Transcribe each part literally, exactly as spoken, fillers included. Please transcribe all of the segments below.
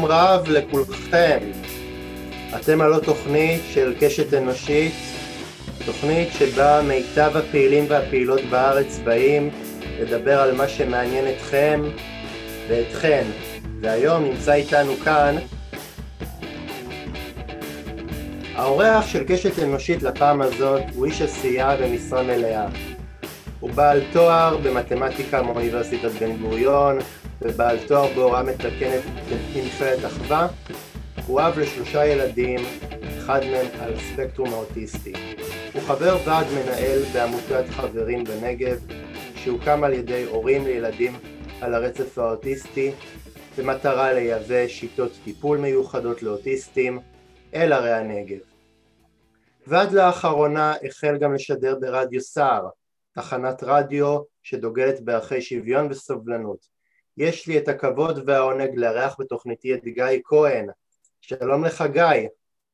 שלום רב לכולכם. אתם על התוכנית של קשת אנושית, תוכנית שבה מיטב הפעילים והפעילות בארץ באים לדבר על מה שמעניין אתכם ואתכן. והיום נמצא איתנו כאן האורח של קשת אנושית לפעם הזאת הוא איש עשייה במשרה מלאה. הוא בעל תואר במתמטיקה מאוניברסיטת בן גוריון ובעל תואר בהוראה מתקנת במכללת אחווה. הוא אב לשלושה ילדים, אחד מהם על ספקטרום האוטיסטי. הוא חבר ועד מנהל בעמותת חברים בנגב, שהוקם על ידי הורים לילדים על הרצף האוטיסטי, במטרה לייבא שיטות טיפול מיוחדות לאוטיסטים אל ערי הנגב. ועד לאחרונה החל גם לשדר ברדיו סער, תחנת רדיו שדוגלת בערכי שוויון וסובלנות. יש לי את הכבוד והעונג לארח בתוכניתי את גיא כהן. שלום לך גיא.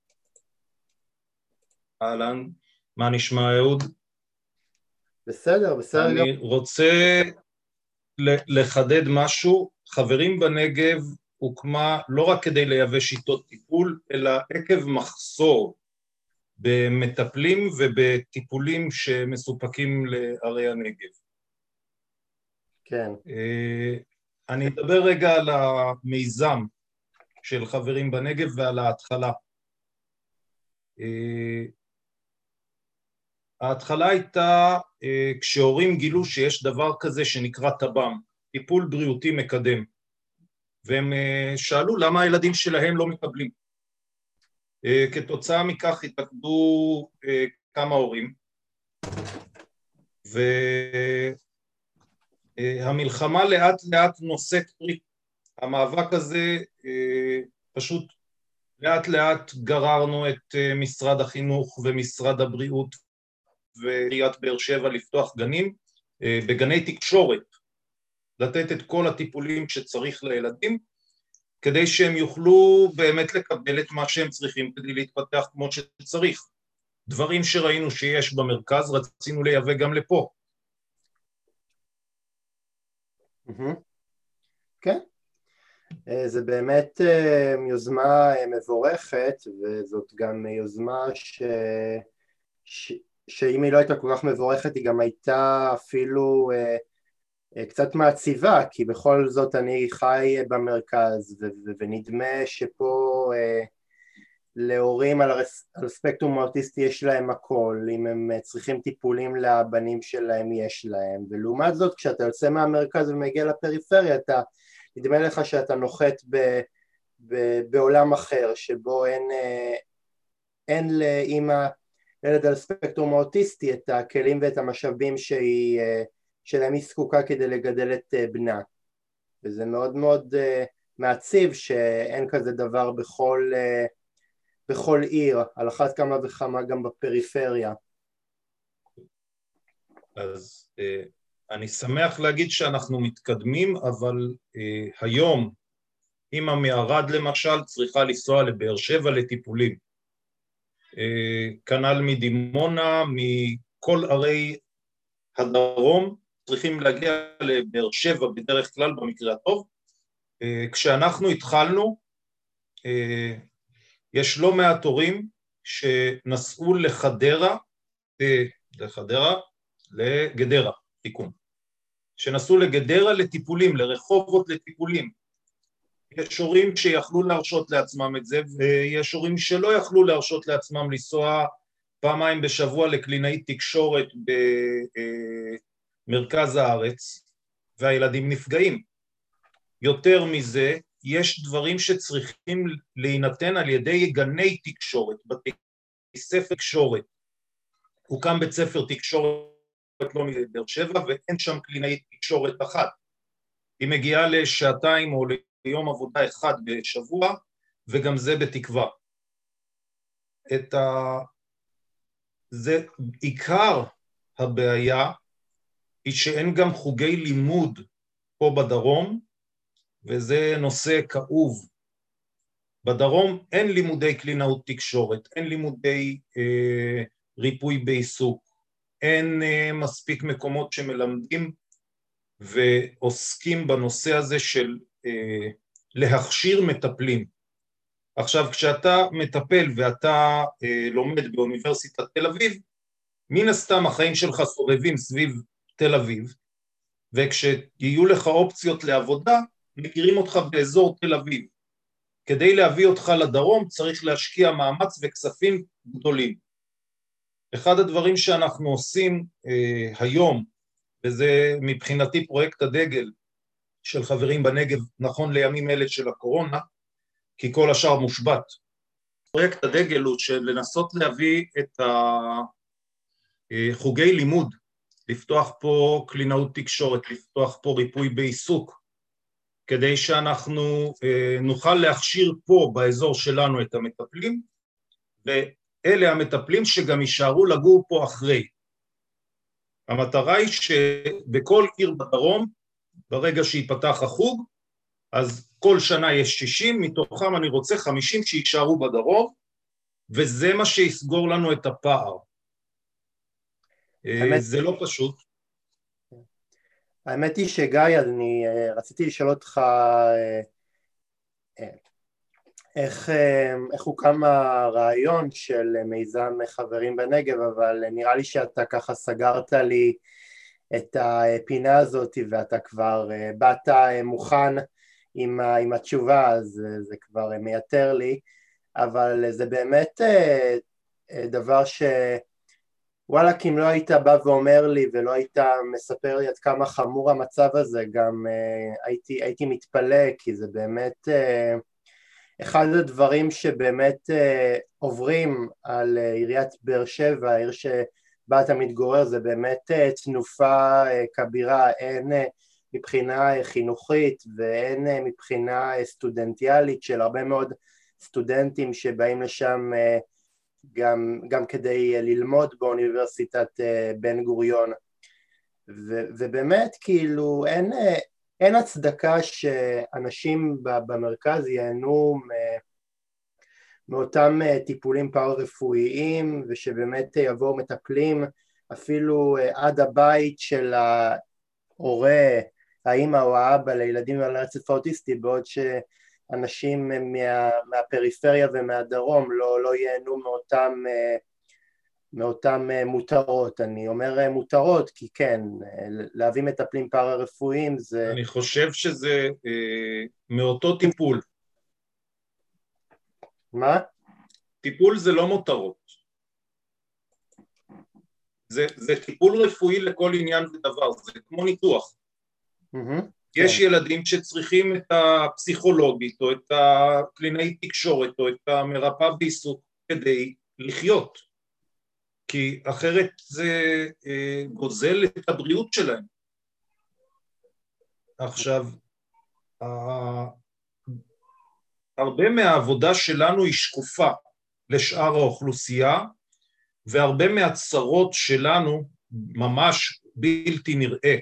אהלן, מה נשמע אהוד? בסדר, בסדר. אני רוצה לחדד משהו. חברים בנגב הוקמה לא רק כדי לייבא שיטות טיפול, אלא עקב מחסור במטפלים ובטיפולים שמסופקים לערי הנגב. כן. אני אדבר רגע על המיזם של חברים בנגב ועל ההתחלה. ההתחלה הייתה כשהורים גילו שיש דבר כזה שנקרא טב"ם, טיפול בריאותי מקדם, והם שאלו למה הילדים שלהם לא מקבלים. כתוצאה מכך התאגדו כמה הורים, והמלחמה לאט לאט נושאת פרי. המאבק הזה פשוט לאט לאט גררנו את משרד החינוך ומשרד הבריאות ועיריית באר שבע לפתוח גנים, בגני תקשורת, לתת את כל הטיפולים שצריך לילדים, כדי שהם יוכלו באמת לקבל את מה שהם צריכים כדי להתפתח כמו שצריך. דברים שראינו שיש במרכז רצינו לייבא גם לפה. כן, זה באמת יוזמה מבורכת, וזאת גם יוזמה ש... ש... שאם היא לא הייתה כל כך מבורכת היא גם הייתה אפילו קצת מעציבה, כי בכל זאת אני חי במרכז ו... ונדמה שפה להורים על, הרס... על ספקטרום האוטיסטי יש להם הכל, אם הם צריכים טיפולים לבנים שלהם יש להם, ולעומת זאת כשאתה יוצא מהמרכז ומגיע לפריפריה אתה נדמה לך שאתה נוחת ב... ב... בעולם אחר שבו אין, אין לאמא ילד על ספקטרום האוטיסטי את הכלים ואת המשאבים שהיא, שלהם היא זקוקה כדי לגדל את בנה, וזה מאוד מאוד מעציב שאין כזה דבר בכל בכל עיר, על אחת כמה וכמה גם בפריפריה. אז אה, אני שמח להגיד שאנחנו מתקדמים, אבל אה, היום אמא מערד למשל צריכה לנסוע לבאר שבע לטיפולים. אה, כנ"ל מדימונה, מכל ערי הדרום צריכים להגיע לבאר שבע בדרך כלל במקרה הטוב. אה, כשאנחנו התחלנו, אה, יש לא מעט הורים שנסעו לחדרה, לחדרה, לגדרה, תיקון, שנסעו לגדרה לטיפולים, לרחובות לטיפולים. יש הורים שיכלו להרשות לעצמם את זה, ויש הורים שלא יכלו להרשות לעצמם לנסוע פעמיים בשבוע לקלינאית תקשורת במרכז הארץ, והילדים נפגעים. יותר מזה, יש דברים שצריכים להינתן על ידי גני תקשורת, בתי ספר תקשורת. הוקם בית ספר תקשורת לא מבאר שבע ואין שם קלינאית תקשורת אחת. היא מגיעה לשעתיים או ליום עבודה אחד בשבוע, וגם זה בתקווה. את ה... זה עיקר הבעיה היא שאין גם חוגי לימוד פה בדרום, וזה נושא כאוב. בדרום אין לימודי קלינאות תקשורת, אין לימודי אה, ריפוי בעיסוק, אין אה, מספיק מקומות שמלמדים ועוסקים בנושא הזה של אה, להכשיר מטפלים. עכשיו, כשאתה מטפל ואתה אה, לומד באוניברסיטת תל אביב, מן הסתם החיים שלך סובבים סביב תל אביב, וכשיהיו לך אופציות לעבודה, מכירים אותך באזור תל אביב. כדי להביא אותך לדרום צריך להשקיע מאמץ וכספים גדולים. אחד הדברים שאנחנו עושים אה, היום, וזה מבחינתי פרויקט הדגל של חברים בנגב, נכון לימים אלה של הקורונה, כי כל השאר מושבת. פרויקט הדגל הוא של לנסות להביא את החוגי לימוד, לפתוח פה קלינאות תקשורת, לפתוח פה ריפוי בעיסוק, כדי שאנחנו אה, נוכל להכשיר פה באזור שלנו את המטפלים, ואלה המטפלים שגם יישארו לגור פה אחרי. המטרה היא שבכל עיר בדרום, ברגע שיפתח החוג, אז כל שנה יש שישים, מתוכם אני רוצה חמישים שישארו בדרום, וזה מה שיסגור לנו את הפער. האמת... זה לא פשוט. האמת היא שגיא, אני רציתי לשאול אותך איך, איך הוקם הרעיון של מיזם חברים בנגב, אבל נראה לי שאתה ככה סגרת לי את הפינה הזאת, ואתה כבר באת מוכן עם, עם התשובה, אז זה כבר מייתר לי, אבל זה באמת דבר ש... וואלה, כי אם לא היית בא ואומר לי ולא היית מספר לי עד כמה חמור המצב הזה, גם uh, הייתי, הייתי מתפלא, כי זה באמת uh, אחד הדברים שבאמת uh, עוברים על uh, עיריית באר שבע, העיר שבה אתה מתגורר, זה באמת uh, תנופה uh, כבירה, הן uh, מבחינה uh, חינוכית והן uh, מבחינה uh, סטודנטיאלית של הרבה מאוד סטודנטים שבאים לשם uh, גם, גם כדי ללמוד באוניברסיטת בן גוריון, ו, ובאמת כאילו אין, אין הצדקה שאנשים במרכז ייהנו מאותם טיפולים פארה-רפואיים, ושבאמת יבואו מטפלים אפילו עד הבית של ההורה, האמא או האבא לילדים על הרצף האוטיסטי, בעוד ש... אנשים מה, מהפריפריה ומהדרום לא, לא ייהנו מאותם, מאותם מותרות. אני אומר מותרות כי כן, להביא מטפלים פארה-רפואיים זה... אני חושב שזה אה, מאותו טיפול. מה? טיפול זה לא מותרות. זה, זה טיפול רפואי לכל עניין ודבר, זה כמו ניתוח. Mm-hmm. יש כן. ילדים שצריכים את הפסיכולוגית או את הקלינאי תקשורת או את המרפאה בעיסוק כדי לחיות, כי אחרת זה אה, גוזל את הבריאות שלהם. עכשיו, אה, הרבה מהעבודה שלנו היא שקופה לשאר האוכלוסייה, והרבה מהצרות שלנו ממש בלתי נראה.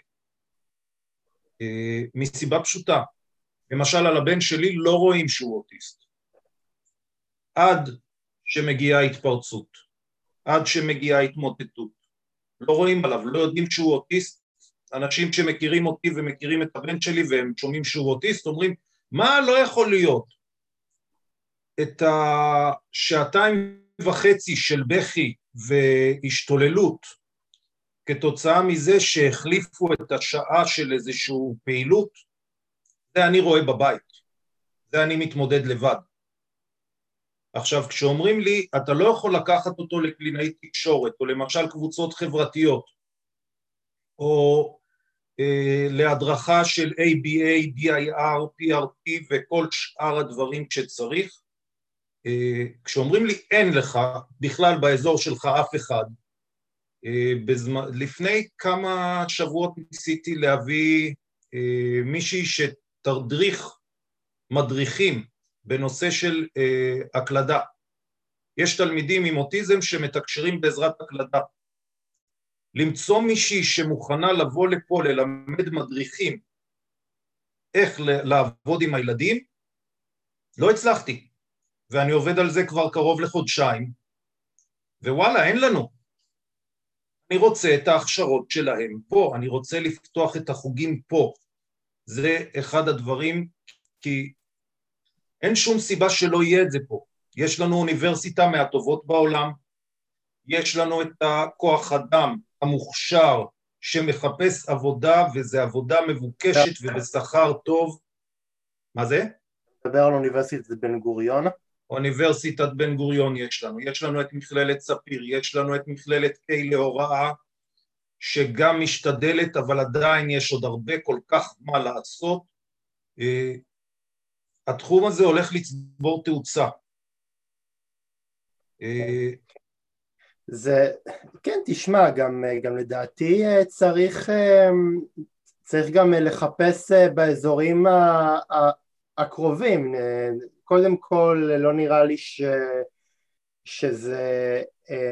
מסיבה פשוטה, למשל על הבן שלי לא רואים שהוא אוטיסט, עד שמגיעה התפרצות, עד שמגיעה התמוטטות, לא רואים עליו, לא יודעים שהוא אוטיסט. אנשים שמכירים אותי ומכירים את הבן שלי והם שומעים שהוא אוטיסט, אומרים, מה לא יכול להיות? את השעתיים וחצי של בכי והשתוללות, כתוצאה מזה שהחליפו את השעה של איזושהי פעילות, זה אני רואה בבית, זה אני מתמודד לבד. עכשיו, כשאומרים לי, אתה לא יכול לקחת אותו לקלינאי תקשורת, או למשל קבוצות חברתיות, או אה, להדרכה של A B A, D I R, P R T וכל שאר הדברים שצריך, אה, כשאומרים לי, אין לך בכלל באזור שלך אף אחד, בזמן, לפני כמה שבועות ניסיתי להביא אה, מישהי שתדריך מדריכים בנושא של אה, הקלדה. יש תלמידים עם אוטיזם שמתקשרים בעזרת הקלדה. למצוא מישהי שמוכנה לבוא לפה ללמד מדריכים איך לעבוד עם הילדים, לא הצלחתי, ואני עובד על זה כבר קרוב לחודשיים, ווואלה, אין לנו. אני רוצה את ההכשרות שלהם פה, אני רוצה לפתוח את החוגים פה. זה אחד הדברים, כי אין שום סיבה שלא יהיה את זה פה. יש לנו אוניברסיטה מהטובות בעולם, יש לנו את הכוח אדם המוכשר שמחפש עבודה, וזה עבודה מבוקשת ובשכר טוב. מה זה? מדבר על אוניברסיטת בן גוריון. אוניברסיטת בן גוריון יש לנו, יש לנו את מכללת ספיר, יש לנו את מכללת קיי להוראה, שגם משתדלת, אבל עדיין יש עוד הרבה כל כך מה לעשות. התחום הזה הולך לצבור תאוצה. זה, כן, תשמע, גם, גם לדעתי צריך, צריך גם לחפש באזורים הקרובים. קודם כל, לא נראה לי ש, שזה,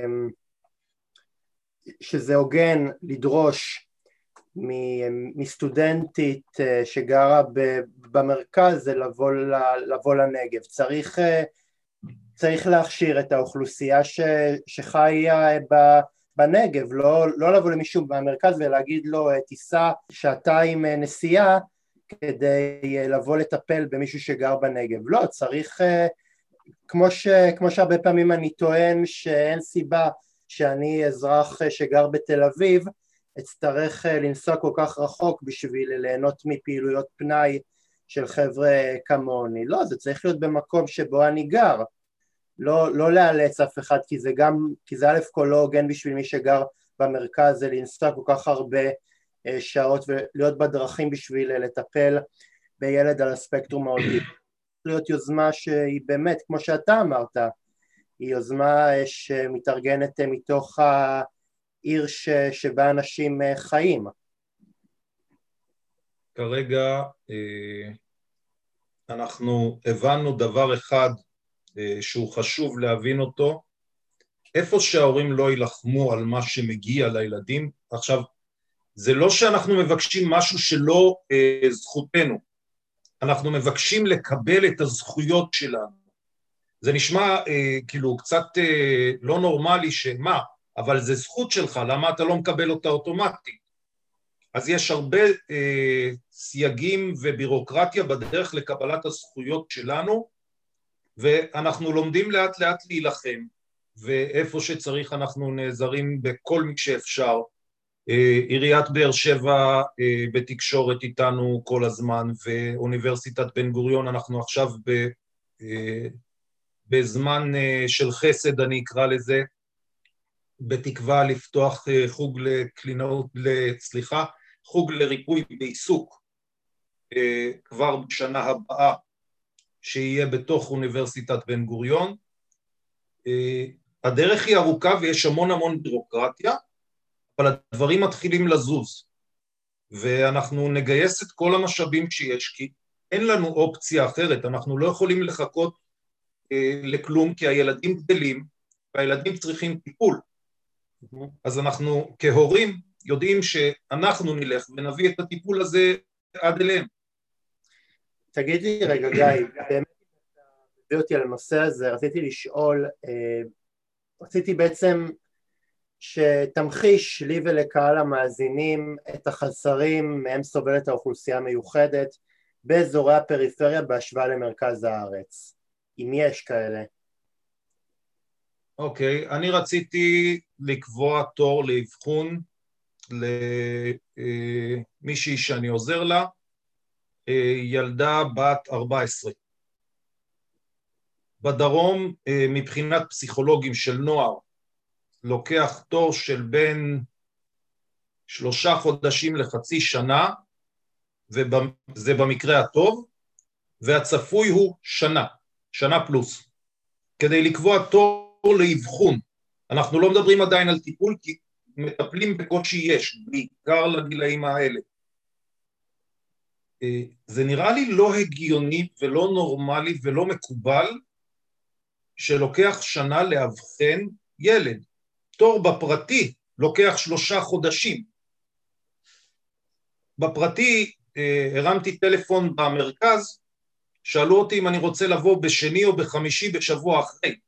שזה הוגן לדרוש מסטודנטית שגרה במרכז לבוא, לבוא לנגב. צריך, צריך להכשיר את האוכלוסייה ש, שחיה בנגב, לא, לא לבוא למישהו במרכז ולהגיד לו תיסע שעתיים נסיעה כדי לבוא לטפל במישהו שגר בנגב. לא, צריך, כמו, ש, כמו שהרבה פעמים אני טוען שאין סיבה שאני אזרח שגר בתל אביב, אצטרך לנסוע כל כך רחוק בשביל ליהנות מפעילויות פנאי של חבר'ה כמוני. לא, זה צריך להיות במקום שבו אני גר. לא, לא לאלץ אף אחד, כי זה גם, כי זה א' כל לא הוגן בשביל מי שגר במרכז, זה לנסוע כל כך הרבה שעות ולהיות בדרכים בשביל לטפל בילד על הספקטרום האוטיסטי. להיות יוזמה שהיא באמת, כמו שאתה אמרת, היא יוזמה שמתארגנת מתוך העיר ש, שבה אנשים חיים. כרגע אנחנו הבנו דבר אחד שהוא חשוב להבין אותו, איפה שההורים לא ילחמו על מה שמגיע לילדים. עכשיו, זה לא שאנחנו מבקשים משהו שלא אה, זכותנו, אנחנו מבקשים לקבל את הזכויות שלנו. זה נשמע אה, כאילו קצת אה, לא נורמלי שמה, אבל זה זכות שלך, למה אתה לא מקבל אותה אוטומטית? אז יש הרבה אה, סייגים ובירוקרטיה בדרך לקבלת הזכויות שלנו, ואנחנו לומדים לאט לאט להילחם, ואיפה שצריך אנחנו נעזרים בכל מי שאפשר. עיריית באר שבע בתקשורת איתנו כל הזמן, ואוניברסיטת בן גוריון, אנחנו עכשיו ב, בזמן של חסד, אני אקרא לזה, בתקווה לפתוח חוג לקלינאות, סליחה, חוג לריפוי בעיסוק, כבר בשנה הבאה, שיהיה בתוך אוניברסיטת בן גוריון. הדרך היא ארוכה ויש המון המון בירוקרטיה, אבל הדברים מתחילים לזוז, ואנחנו נגייס את כל המשאבים שיש, כי אין לנו אופציה אחרת, אנחנו לא יכולים לחכות אה, לכלום, כי הילדים גדלים, והילדים צריכים טיפול. אז אנחנו כהורים יודעים שאנחנו נלך ונביא את הטיפול הזה עד אליהם. תגיד לי רגע גיא, באמת הביא אותי על הנושא הזה, רציתי לשאול, אה, רציתי בעצם שתמחיש לי ולקהל המאזינים את החסרים מהם סובלת האוכלוסייה המיוחדת באזורי הפריפריה בהשוואה למרכז הארץ, אם יש כאלה. אוקיי, okay, אני רציתי לקבוע תור לאבחון למישהי שאני עוזר לה, ילדה בת ארבע עשרה. בדרום, מבחינת פסיכולוגים של נוער, לוקח תור של בין שלושה חודשים לחצי שנה, וזה במקרה הטוב, והצפוי הוא שנה, שנה פלוס. כדי לקבוע תור לאבחון, אנחנו לא מדברים עדיין על טיפול, כי מטפלים בקושי יש, בעיקר לגילאים האלה. זה נראה לי לא הגיוני ולא נורמלי ולא מקובל, שלוקח שנה לאבחן ילד. תור בפרטי לוקח שלושה חודשים. בפרטי אה, הרמתי טלפון במרכז, שאלו אותי אם אני רוצה לבוא בשני או בחמישי בשבוע אחרי.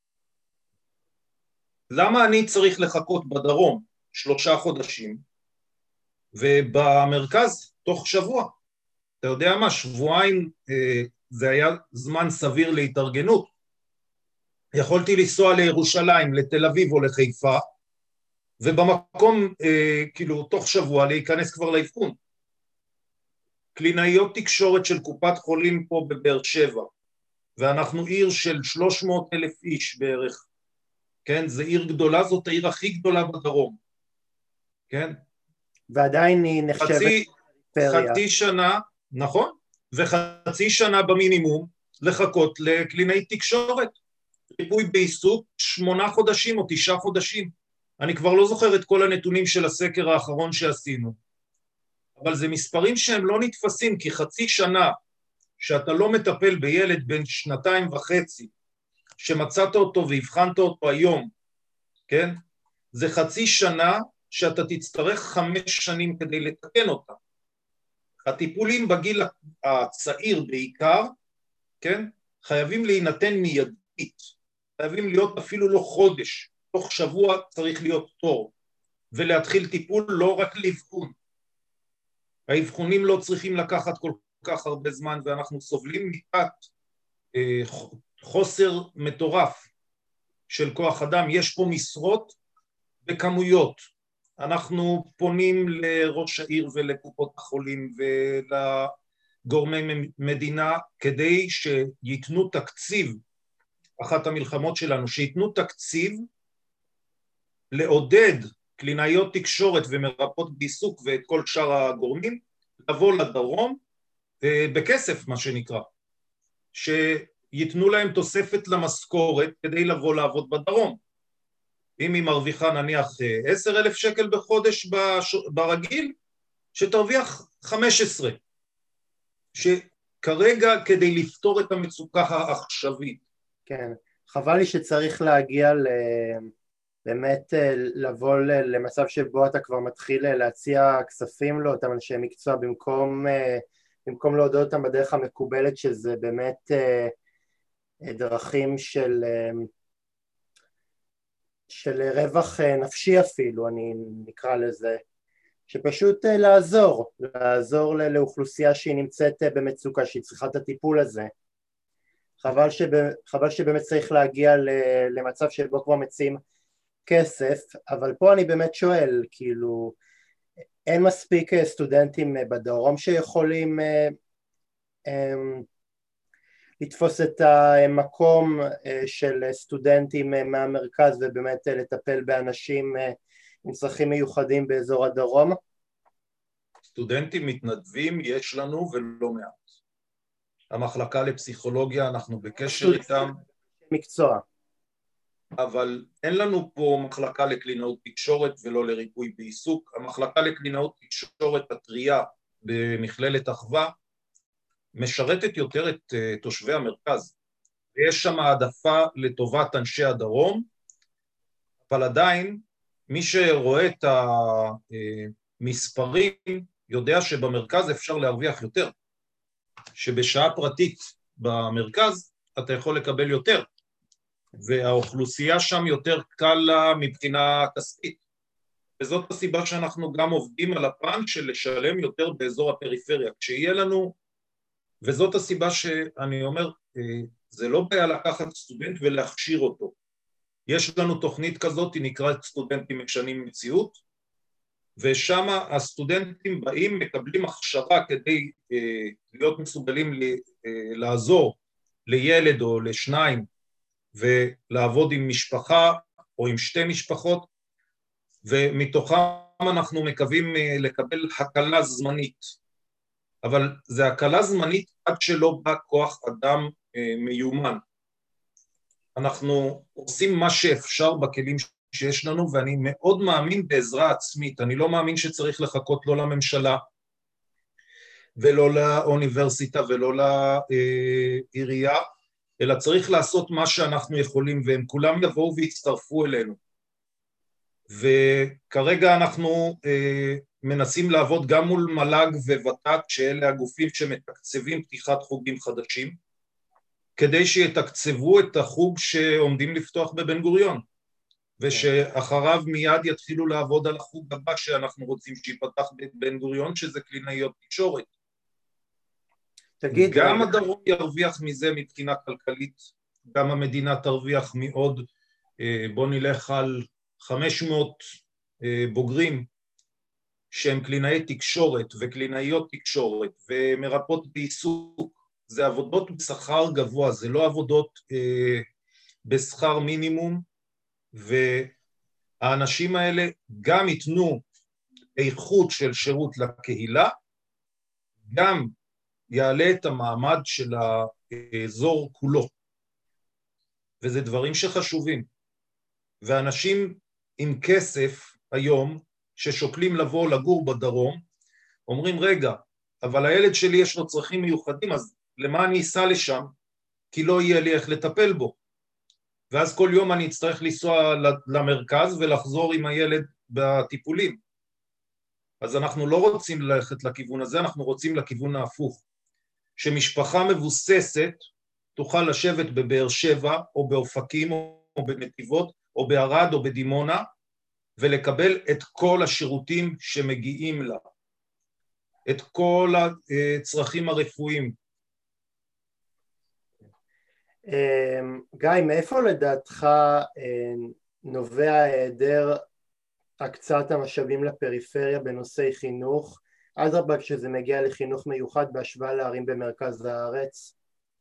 למה אני צריך לחכות בדרום שלושה חודשים, ובמרכז תוך שבוע? אתה יודע מה, שבועיים אה, זה היה זמן סביר להתארגנות. יכולתי לנסוע לירושלים, לתל אביב או לחיפה, ובמקום, אה, כאילו, תוך שבוע להיכנס כבר לאבחון. קלינאיות תקשורת של קופת חולים פה בבאר שבע, ואנחנו עיר של שלוש מאות אלף איש בערך, כן? זה עיר גדולה, זאת העיר הכי גדולה בדרום, כן? ועדיין היא נחשבת חצי, פריה. חצי שנה, נכון? וחצי שנה במינימום לחכות לקלינאי תקשורת. ריפוי בעיסוק שמונה חודשים או תשעה חודשים. אני כבר לא זוכר את כל הנתונים של הסקר האחרון שעשינו. אבל זה מספרים שהם לא נתפסים, כי חצי שנה שאתה לא מטפל בילד בן שנתיים וחצי, שמצאת אותו והבחנת אותו היום, כן? זה חצי שנה שאתה תצטרך חמש שנים כדי לתקן אותה. הטיפולים בגיל הצעיר בעיקר, כן? חייבים להינתן מיידית, חייבים להיות אפילו לא חודש, תוך שבוע צריך להיות תור, ולהתחיל טיפול לא רק לאבחון. האבחונים לא צריכים לקחת כל כך הרבה זמן, ואנחנו סובלים מתת אה, חוסר מטורף של כוח אדם. יש פה משרות בכמויות. אנחנו פונים לראש העיר ולקופות החולים ולגורמי מדינה כדי שיתנו תקציב, אחת המלחמות שלנו, שיתנו תקציב לעודד קלינאיות תקשורת ומרפאות בעיסוק ואת כל שאר הגורמים, לבוא לדרום בכסף, מה שנקרא, שיתנו להם תוספת למשכורת כדי לבוא לעבוד בדרום. אם היא מרוויחה נניח עשרת אלפים שקל בחודש ברגיל, שתרוויח חמש עשרה, שכרגע כדי לפתור את המצוקה העכשווית. כן, חבל לי שצריך להגיע ל... באמת לבוא למצב שבו אתה כבר מתחיל להציע כספים לאותם אנשי מקצוע במקום, במקום להודות אותם בדרך המקובלת, שזה באמת דרכים של, של רווח נפשי אפילו, אני נקרא לזה, שפשוט לעזור, לעזור לאוכלוסייה שהיא נמצאת במצוקה, שהיא צריכה את הטיפול הזה. חבל, שבא, חבל שבאמת צריך להגיע למצב שבו כבר מציעים כסף, אבל פה אני באמת שואל, כאילו, אין מספיק סטודנטים בדרום שיכולים אה, אה, לתפוס את המקום אה, של סטודנטים אה, מהמרכז ובאמת אה, לטפל באנשים אה, עם צרכים מיוחדים באזור הדרום? סטודנטים מתנדבים יש לנו ולא מעט. המחלקה לפסיכולוגיה, אנחנו בקשר איתם. מקצוע. אבל אין לנו פה מחלקה לקלינאות תקשורת ולא לריפוי בעיסוק. המחלקה לקלינאות תקשורת הטריה במכללת אחווה משרתת יותר את uh, תושבי המרכז. יש שם העדפה לטובת אנשי הדרום, אבל עדיין מי שרואה את המספרים יודע שבמרכז אפשר להרוויח יותר, שבשעה פרטית במרכז אתה יכול לקבל יותר, והאוכלוסייה שם יותר קלה מבחינה כספית. וזאת הסיבה שאנחנו גם עובדים על הפן של לשלם יותר באזור הפריפריה. כשיהיה לנו, וזאת הסיבה שאני אומר, זה לא בעיה לקחת סטודנט ולהכשיר אותו. יש לנו תוכנית כזאת, היא נקראת סטודנטים משנים מציאות, ושם הסטודנטים באים, מקבלים הכשרה כדי להיות מסוגלים לעזור לילד או לשניים, ולעבוד עם משפחה או עם שתי משפחות, ומתוכם אנחנו מקווים לקבל הקלה זמנית. אבל זה הקלה זמנית עד שלא בא כוח אדם מיומן. אנחנו עושים מה שאפשר בכלים שיש לנו, ואני מאוד מאמין בעזרה עצמית. אני לא מאמין שצריך לחכות לא לממשלה, ולא לאוניברסיטה ולא לעירייה, אלא צריך לעשות מה שאנחנו יכולים, והם כולם יבואו ויצטרפו אלינו. וכרגע אנחנו אה, מנסים לעבוד גם מול מל"ג וות"ת, שאלה הגופים שמתקצבים פתיחת חוגים חדשים, כדי שיתקצבו את החוג שעומדים לפתוח בבן גוריון, ושאחריו מיד יתחילו לעבוד על החוג הבא שאנחנו רוצים שיפתח בבן גוריון, שזה קלינאיות תקשורת. תגיד, גם רגע. הדרום ירוויח מזה מבחינה כלכלית, גם המדינה תרוויח מאוד, בוא נלך על חמש מאות בוגרים שהם קלינאי תקשורת וקלינאיות תקשורת ומרפאות בעיסוק, זה עבודות בשכר גבוה, זה לא עבודות אה, בשכר מינימום, והאנשים האלה גם ייתנו איכות של שירות לקהילה, גם יעלה את המעמד של האזור כולו, וזה דברים שחשובים. ואנשים עם כסף היום ששוקלים לבוא לגור בדרום, אומרים רגע, אבל הילד שלי יש לו צרכים מיוחדים, אז למה אני אסע לשם? כי לא יהיה לי איך לטפל בו. ואז כל יום אני אצטרך לנסוע למרכז ולחזור עם הילד בטיפולים. אז אנחנו לא רוצים ללכת לכיוון הזה, אנחנו רוצים לכיוון ההפוך. שמשפחה מבוססת תוכל לשבת בבאר שבע או באופקים או בנתיבות או בערד או בדימונה, ולקבל את כל השירותים שמגיעים לה, את כל הצרכים הרפואיים. גיא, מאיפה לדעתך נובע היעדר הקצאת המשאבים לפריפריה בנושאי חינוך, אדרבה כשזה מגיע לחינוך מיוחד בהשוואה לערים במרכז הארץ?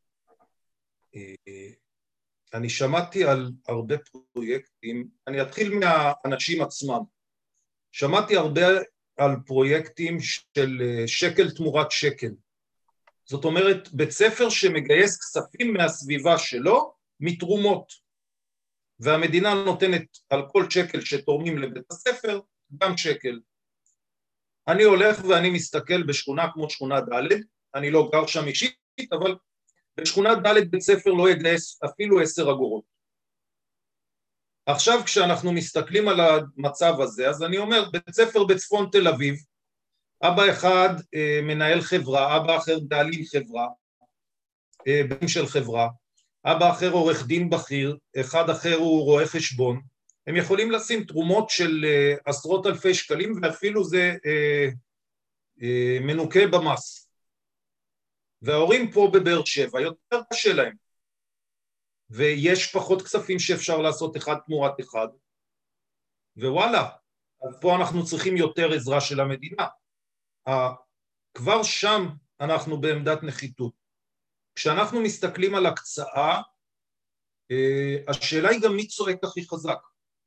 אני שמעתי על הרבה פרויקטים, אני אתחיל מהאנשים עצמם. שמעתי הרבה על פרויקטים של שקל תמורת שקל. זאת אומרת, בית ספר שמגייס כספים מהסביבה שלו מתרומות, והמדינה נותנת על כל שקל שתורמים לבית הספר גם שקל. אני הולך ואני מסתכל בשכונה כמו שכונה ד', אני לא גר שם אישית, אבל בשכונה ד' בית ספר לא יגייס אפילו עשר אגורות. עכשיו כשאנחנו מסתכלים על המצב הזה, אז אני אומר, בית ספר בצפון תל אביב, אבא אחד אה, מנהל חברה, אבא אחר בעלים חברה, אה, בן של חברה, אבא אחר עורך דין בכיר, אחד אחר הוא רואה חשבון, הם יכולים לשים תרומות של אה, עשרות אלפי שקלים, ואפילו זה אה, אה, מנוקה במס. וההורים פה בבאר שבע יותר קשה להם, ויש פחות כספים שאפשר לעשות אחד תמורת אחד, ווואלה, אז פה אנחנו צריכים יותר עזרה של המדינה. כבר שם אנחנו בעמדת נחיתות. כשאנחנו מסתכלים על הקצאה, השאלה היא גם מי צועק הכי חזק.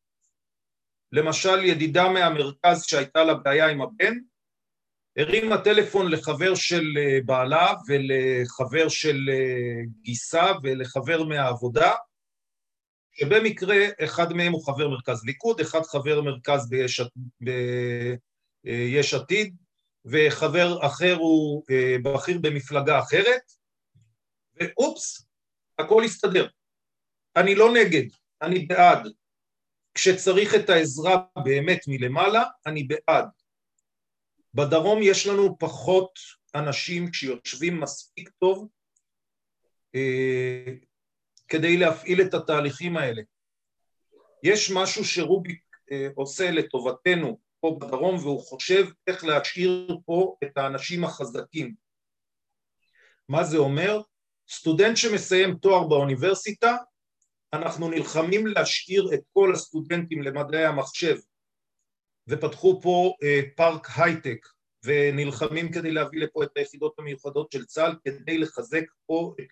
למשל, ידידה מהמרכז שהייתה לה בעיה עם הבן, הרימה טלפון לחבר של בעלה ולחבר של גיסה ולחבר מהעבודה, שבמקרה אחד מהם הוא חבר מרכז ליכוד, אחד חבר מרכז ביש, ביש עתיד, וחבר אחר הוא בכיר במפלגה אחרת, ואופס, הכל יסתדר. אני לא נגד, אני בעד. כשצריך את העזרה באמת מלמעלה, אני בעד. בדרום יש לנו פחות אנשים שיושבים מספיק טוב אה, כדי להפעיל את התהליכים האלה. יש משהו שרוביק אה, עושה לטובתנו פה בדרום, והוא חושב איך להשאיר פה את האנשים החזקים. מה זה אומר? סטודנט שמסיים תואר באוניברסיטה, אנחנו נלחמים להשאיר את כל הסטודנטים למדעי המחשב, ופתחו פה אה, פארק הייטק, ונלחמים כדי להביא לפה את היחידות המיוחדות של צה"ל, כדי לחזק פה את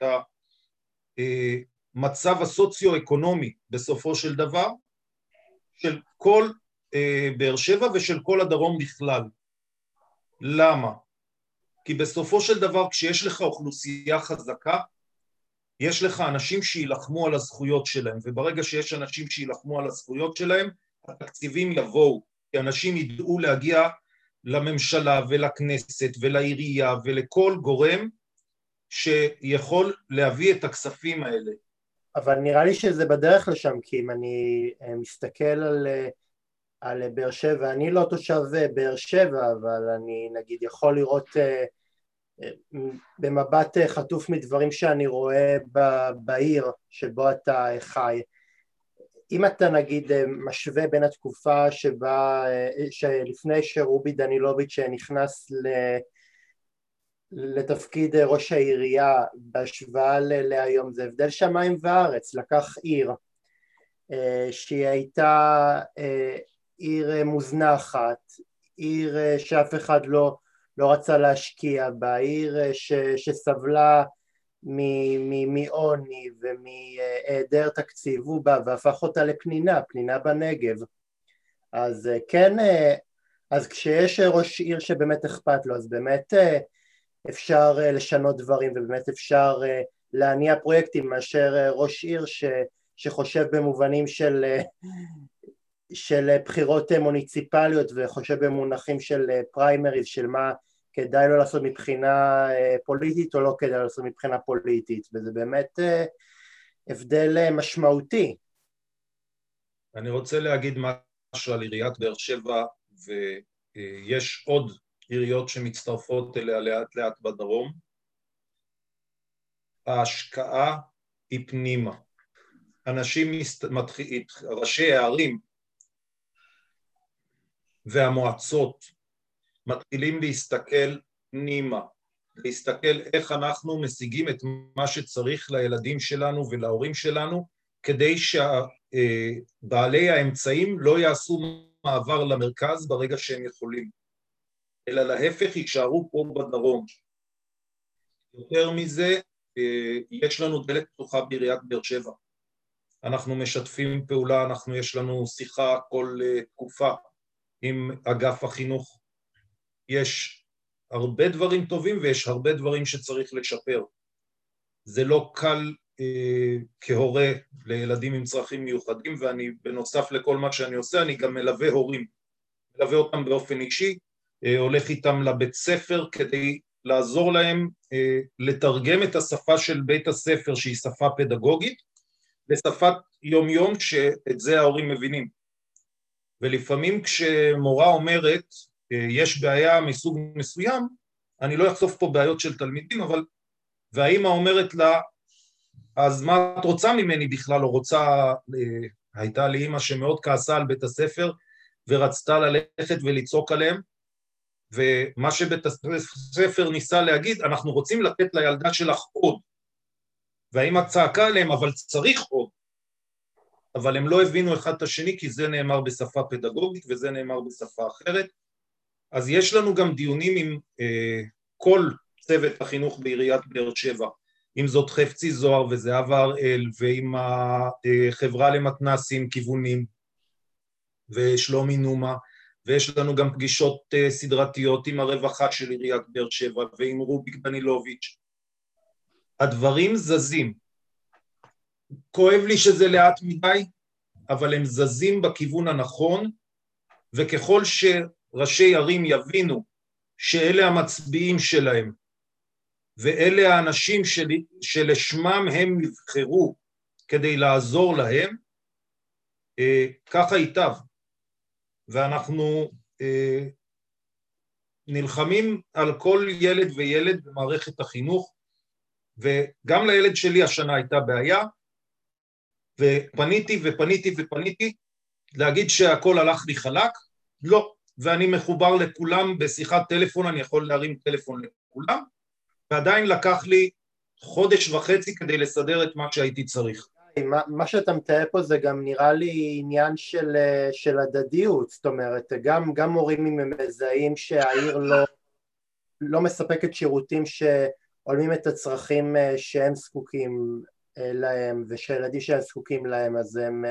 המצב הסוציו-אקונומי בסופו של דבר, של כל אה, באר שבע ושל כל הדרום בכלל. למה? כי בסופו של דבר כשיש לך אוכלוסייה חזקה, יש לך אנשים שילחמו על הזכויות שלהם, וברגע שיש אנשים שילחמו על הזכויות שלהם, התקציבים יבואו, כי אנשים ידעו להגיע לממשלה ולכנסת ולעירייה ולכל גורם שיכול להביא את הכספים האלה. אבל נראה לי שזה בדרך לשם, כי אם אני מסתכל על, על באר שבע, אני לא תושב באר שבע, אבל אני נגיד יכול לראות במבט חטוף מדברים שאני רואה בעיר שבו אתה חי. אם אתה נגיד משווה בין התקופה שבה, שלפני שרובי דנילוביץ' נכנס לתפקיד ראש העירייה בהשוואה להיום, זה הבדל שמיים וארץ. לקח עיר שהיא הייתה עיר מוזנחת, עיר שאף אחד לא, לא רצה להשקיע בה, עיר ש, שסבלה מעוני ומהיעדר תקציב, הוא בא והפך אותה לפנינה, פנינה בנגב. אז כן, אז כשיש ראש עיר שבאמת אכפת לו, אז באמת אפשר לשנות דברים ובאמת אפשר להניע פרויקטים, מאשר ראש עיר ש, שחושב במובנים של, של בחירות מוניציפליות וחושב במונחים של פריימריז, של מה כדאי לו לעשות מבחינה פוליטית או לא כדאי לעשות מבחינה פוליטית, וזה באמת הבדל משמעותי. אני רוצה להגיד משהו על עיריית באר שבע, ויש עוד עיריות שמצטרפות אליה לאט לאט בדרום. ההשקעה היא פנימה. אנשים, מתחיל, ראשי הערים והמועצות מתחילים להסתכל פנימה, להסתכל איך אנחנו משיגים את מה שצריך לילדים שלנו ולהורים שלנו, כדי שבעלי האמצעים לא יעשו מעבר למרכז ברגע שהם יכולים, אלא להפך יישארו פה בדרום. יותר מזה, יש לנו דלת פתוחה בעיריית באר שבע. אנחנו משתפים פעולה, אנחנו יש לנו שיחה כל תקופה עם אגף החינוך. יש הרבה דברים טובים ויש הרבה דברים שצריך לשפר. זה לא קל אה, כהורה לילדים עם צרכים מיוחדים, ואני בנוסף לכל מה שאני עושה, אני גם מלווה הורים. מלווה אותם באופן אישי, אה, הולך איתם לבית ספר כדי לעזור להם אה, לתרגם את השפה של בית הספר, שהיא שפה פדגוגית, לשפת יום יום שאת זה ההורים מבינים. ולפעמים כשמורה אומרת, יש בעיה מסוג מסוים, אני לא אחשוף פה בעיות של תלמידים, אבל, והאמא אומרת לה, אז מה את רוצה ממני בכלל? לא רוצה, הייתה לי אמא שמאוד כעסה על בית הספר, ורצתה ללכת ולצעוק עליהם, ומה שבית הספר ניסה להגיד, אנחנו רוצים לתת לילדה שלך עוד, והאמא צעקה עליהם, אבל צריך עוד, אבל הם לא הבינו אחד את השני, כי זה נאמר בשפה פדגוגית, וזה נאמר בשפה אחרת. אז יש לנו גם דיונים עם אה, כל צוות החינוך בעיריית באר שבע, אם זאת חפצי זוהר וזהבה הראל, ועם החברה למתנ"סים כיוונים, ושלומי נומה, ויש לנו גם פגישות אה, סדרתיות עם הרווחה של עיריית באר שבע, ועם רוביק דנילוביץ'. הדברים זזים. כואב לי שזה לאט מדי, אבל הם זזים בכיוון הנכון, וככל שראשי ערים יבינו שאלה המצביעים שלהם, ואלה האנשים של, שלשמם הם נבחרו כדי לעזור להם, אה, ככה ייטב. ואנחנו אה, נלחמים על כל ילד וילד במערכת החינוך, וגם לילד שלי השנה הייתה בעיה, ופניתי ופניתי ופניתי, להגיד שהכל הלך לי חלק, לא, ואני מחובר לכולם בשיחת טלפון, אני יכול להרים טלפון לכולם, ועדיין לקח לי חודש וחצי כדי לסדר את מה שהייתי צריך. מה, מה שאתה מתאר פה זה גם נראה לי עניין של, של הדדיות, זאת אומרת, גם, גם מורים עם מזהים שהעיר לא, לא מספקת שירותים שעולמים את הצרכים שהם זקוקים להם, ושילדים שהם זקוקים להם, אז הם,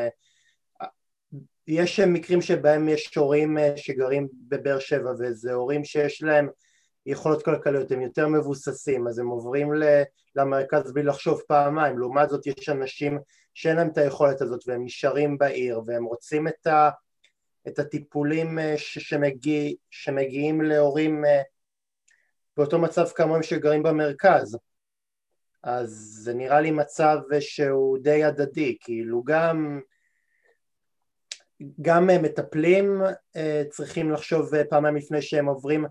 יש מקרים שבהם יש הורים שגרים בבאר שבע, וזה הורים שיש להם יכולות כלכליות, הם יותר מבוססים, אז הם עוברים למרכז בלי לחשוב פעמיים. לעומת זאת יש אנשים שאין להם את היכולת הזאת, והם נשארים בעיר, והם רוצים את, ה, את הטיפולים שמגיע, שמגיעים להורים באותו מצב כמוהם שגרים במרכז. אז זה נראה לי מצב שהוא די הדדי, כאילו גם, גם מטפלים צריכים לחשוב פעמיים לפני שהם עוברים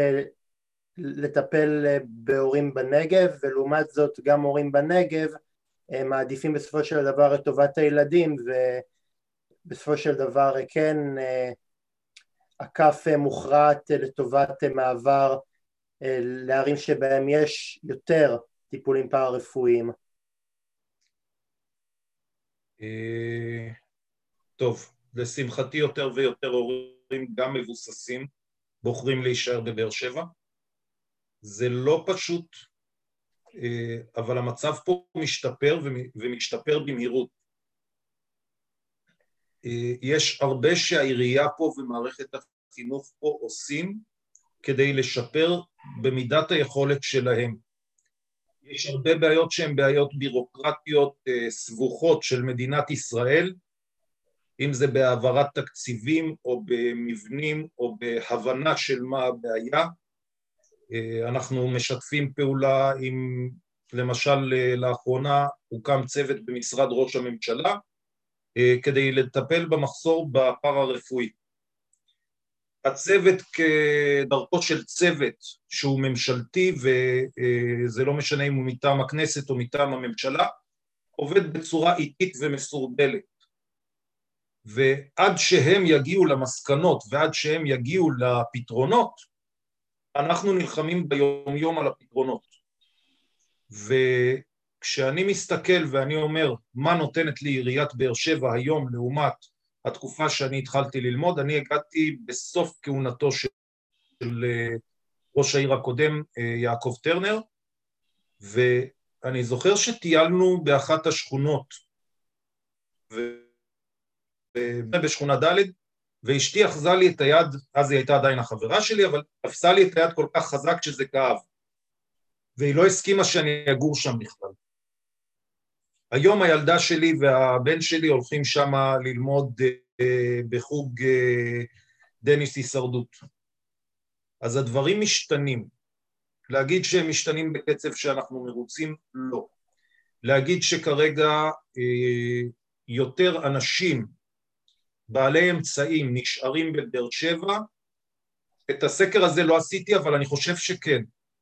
לטפל בהורים בנגב, ולעומת זאת גם הורים בנגב מעדיפים בסופו של דבר את טובת הילדים, ובסופו של דבר כן הכף מוכרעת לטובת מעבר לערים שבהם יש יותר טיפולים פארה-רפואיים? טוב, לשמחתי יותר ויותר הורים גם מבוססים בוחרים להישאר בבאר שבע. זה לא פשוט, אבל המצב פה משתפר ומשתפר במהירות. יש הרבה שהעירייה פה ומערכת החינוך פה עושים כדי לשפר במידת היכולת שלהם. יש הרבה בעיות שהן בעיות בירוקרטיות סבוכות של מדינת ישראל, אם זה בהעברת תקציבים או במבנים או בהבנה של מה הבעיה. אנחנו משתפים פעולה עם, למשל לאחרונה הוקם צוות במשרד ראש הממשלה כדי לטפל במחסור בפארה-רפואי. הצוות כדרכו של צוות שהוא ממשלתי, וזה לא משנה אם הוא מטעם הכנסת או מטעם הממשלה, עובד בצורה איטית ומסורבלת. ועד שהם יגיעו למסקנות ועד שהם יגיעו לפתרונות, אנחנו נלחמים ביום יום על הפתרונות. וכשאני מסתכל ואני אומר מה נותנת לי עיריית באר שבע היום לעומת התקופה שאני התחלתי ללמוד, אני הגעתי בסוף כהונתו של ראש העיר הקודם יעקב טרנר, ואני זוכר שטיילנו באחת השכונות, בשכונה ד', ואשתי אחזה לי את היד, אז היא הייתה עדיין החברה שלי, אבל תפסה לי את היד כל כך חזק שזה כאב, והיא לא הסכימה שאני אגור שם בכלל. היום הילדה שלי והבן שלי הולכים שם ללמוד אה, בחוג אה, דניס הישרדות. אז הדברים משתנים. להגיד שהם משתנים בקצב שאנחנו מרוצים, לא. להגיד שכרגע אה, יותר אנשים בעלי אמצעים נשארים בבאר שבע, את הסקר הזה לא עשיתי, אבל אני חושב שכן.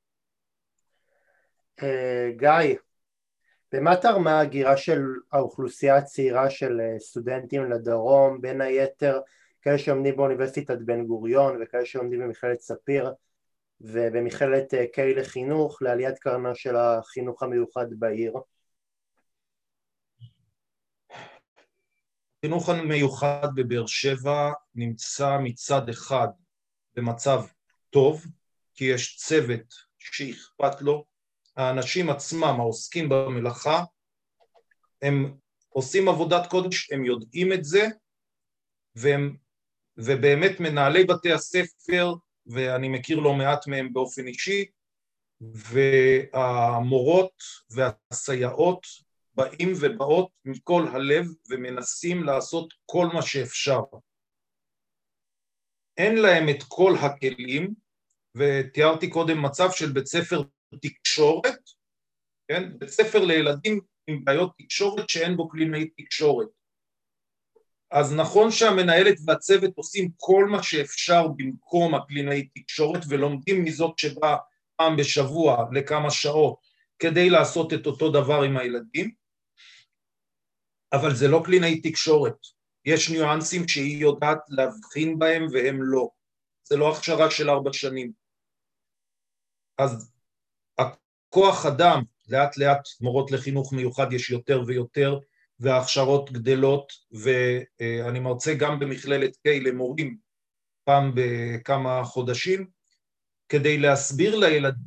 גיא, במה תרמה ההגירה של האוכלוסייה הצעירה של סטודנטים לדרום, בין היתר כאלה שלומדים באוניברסיטת בן גוריון וכאלה שלומדים במכללת ספיר ובמכללת קיי לחינוך, לעליית קרנה של החינוך המיוחד בעיר? החינוך המיוחד בבאר שבע נמצא מצד אחד במצב טוב, כי יש צוות שאכפת לו, האנשים עצמם העוסקים במלאכה, הם עושים עבודת קודש, הם יודעים את זה, והם, ובאמת מנהלי בתי הספר, ואני מכיר לא מעט מהם באופן אישי, והמורות והסייעות באים ובאות מכל הלב ומנסים לעשות כל מה שאפשר. אין להם את כל הכלים, ותיארתי קודם מצב של בית ספר תקשורת, כן? בית ספר לילדים עם בעיות תקשורת שאין בו קלינאי תקשורת. אז נכון שהמנהלת והצוות עושים כל מה שאפשר במקום הקלינאי תקשורת, ולומדים מזאת שבאה פעם בשבוע לכמה שעות כדי לעשות את אותו דבר עם הילדים, אבל זה לא קלינאי תקשורת. יש ניואנסים שהיא יודעת להבחין בהם והם לא. זה לא הכשרה של ארבע שנים. אז הכוח אדם, לאט לאט מורות לחינוך מיוחד יש יותר ויותר, וההכשרות גדלות, ואני מרצה גם במכללת קיי למורים פעם בכמה חודשים, כדי להסביר לילד,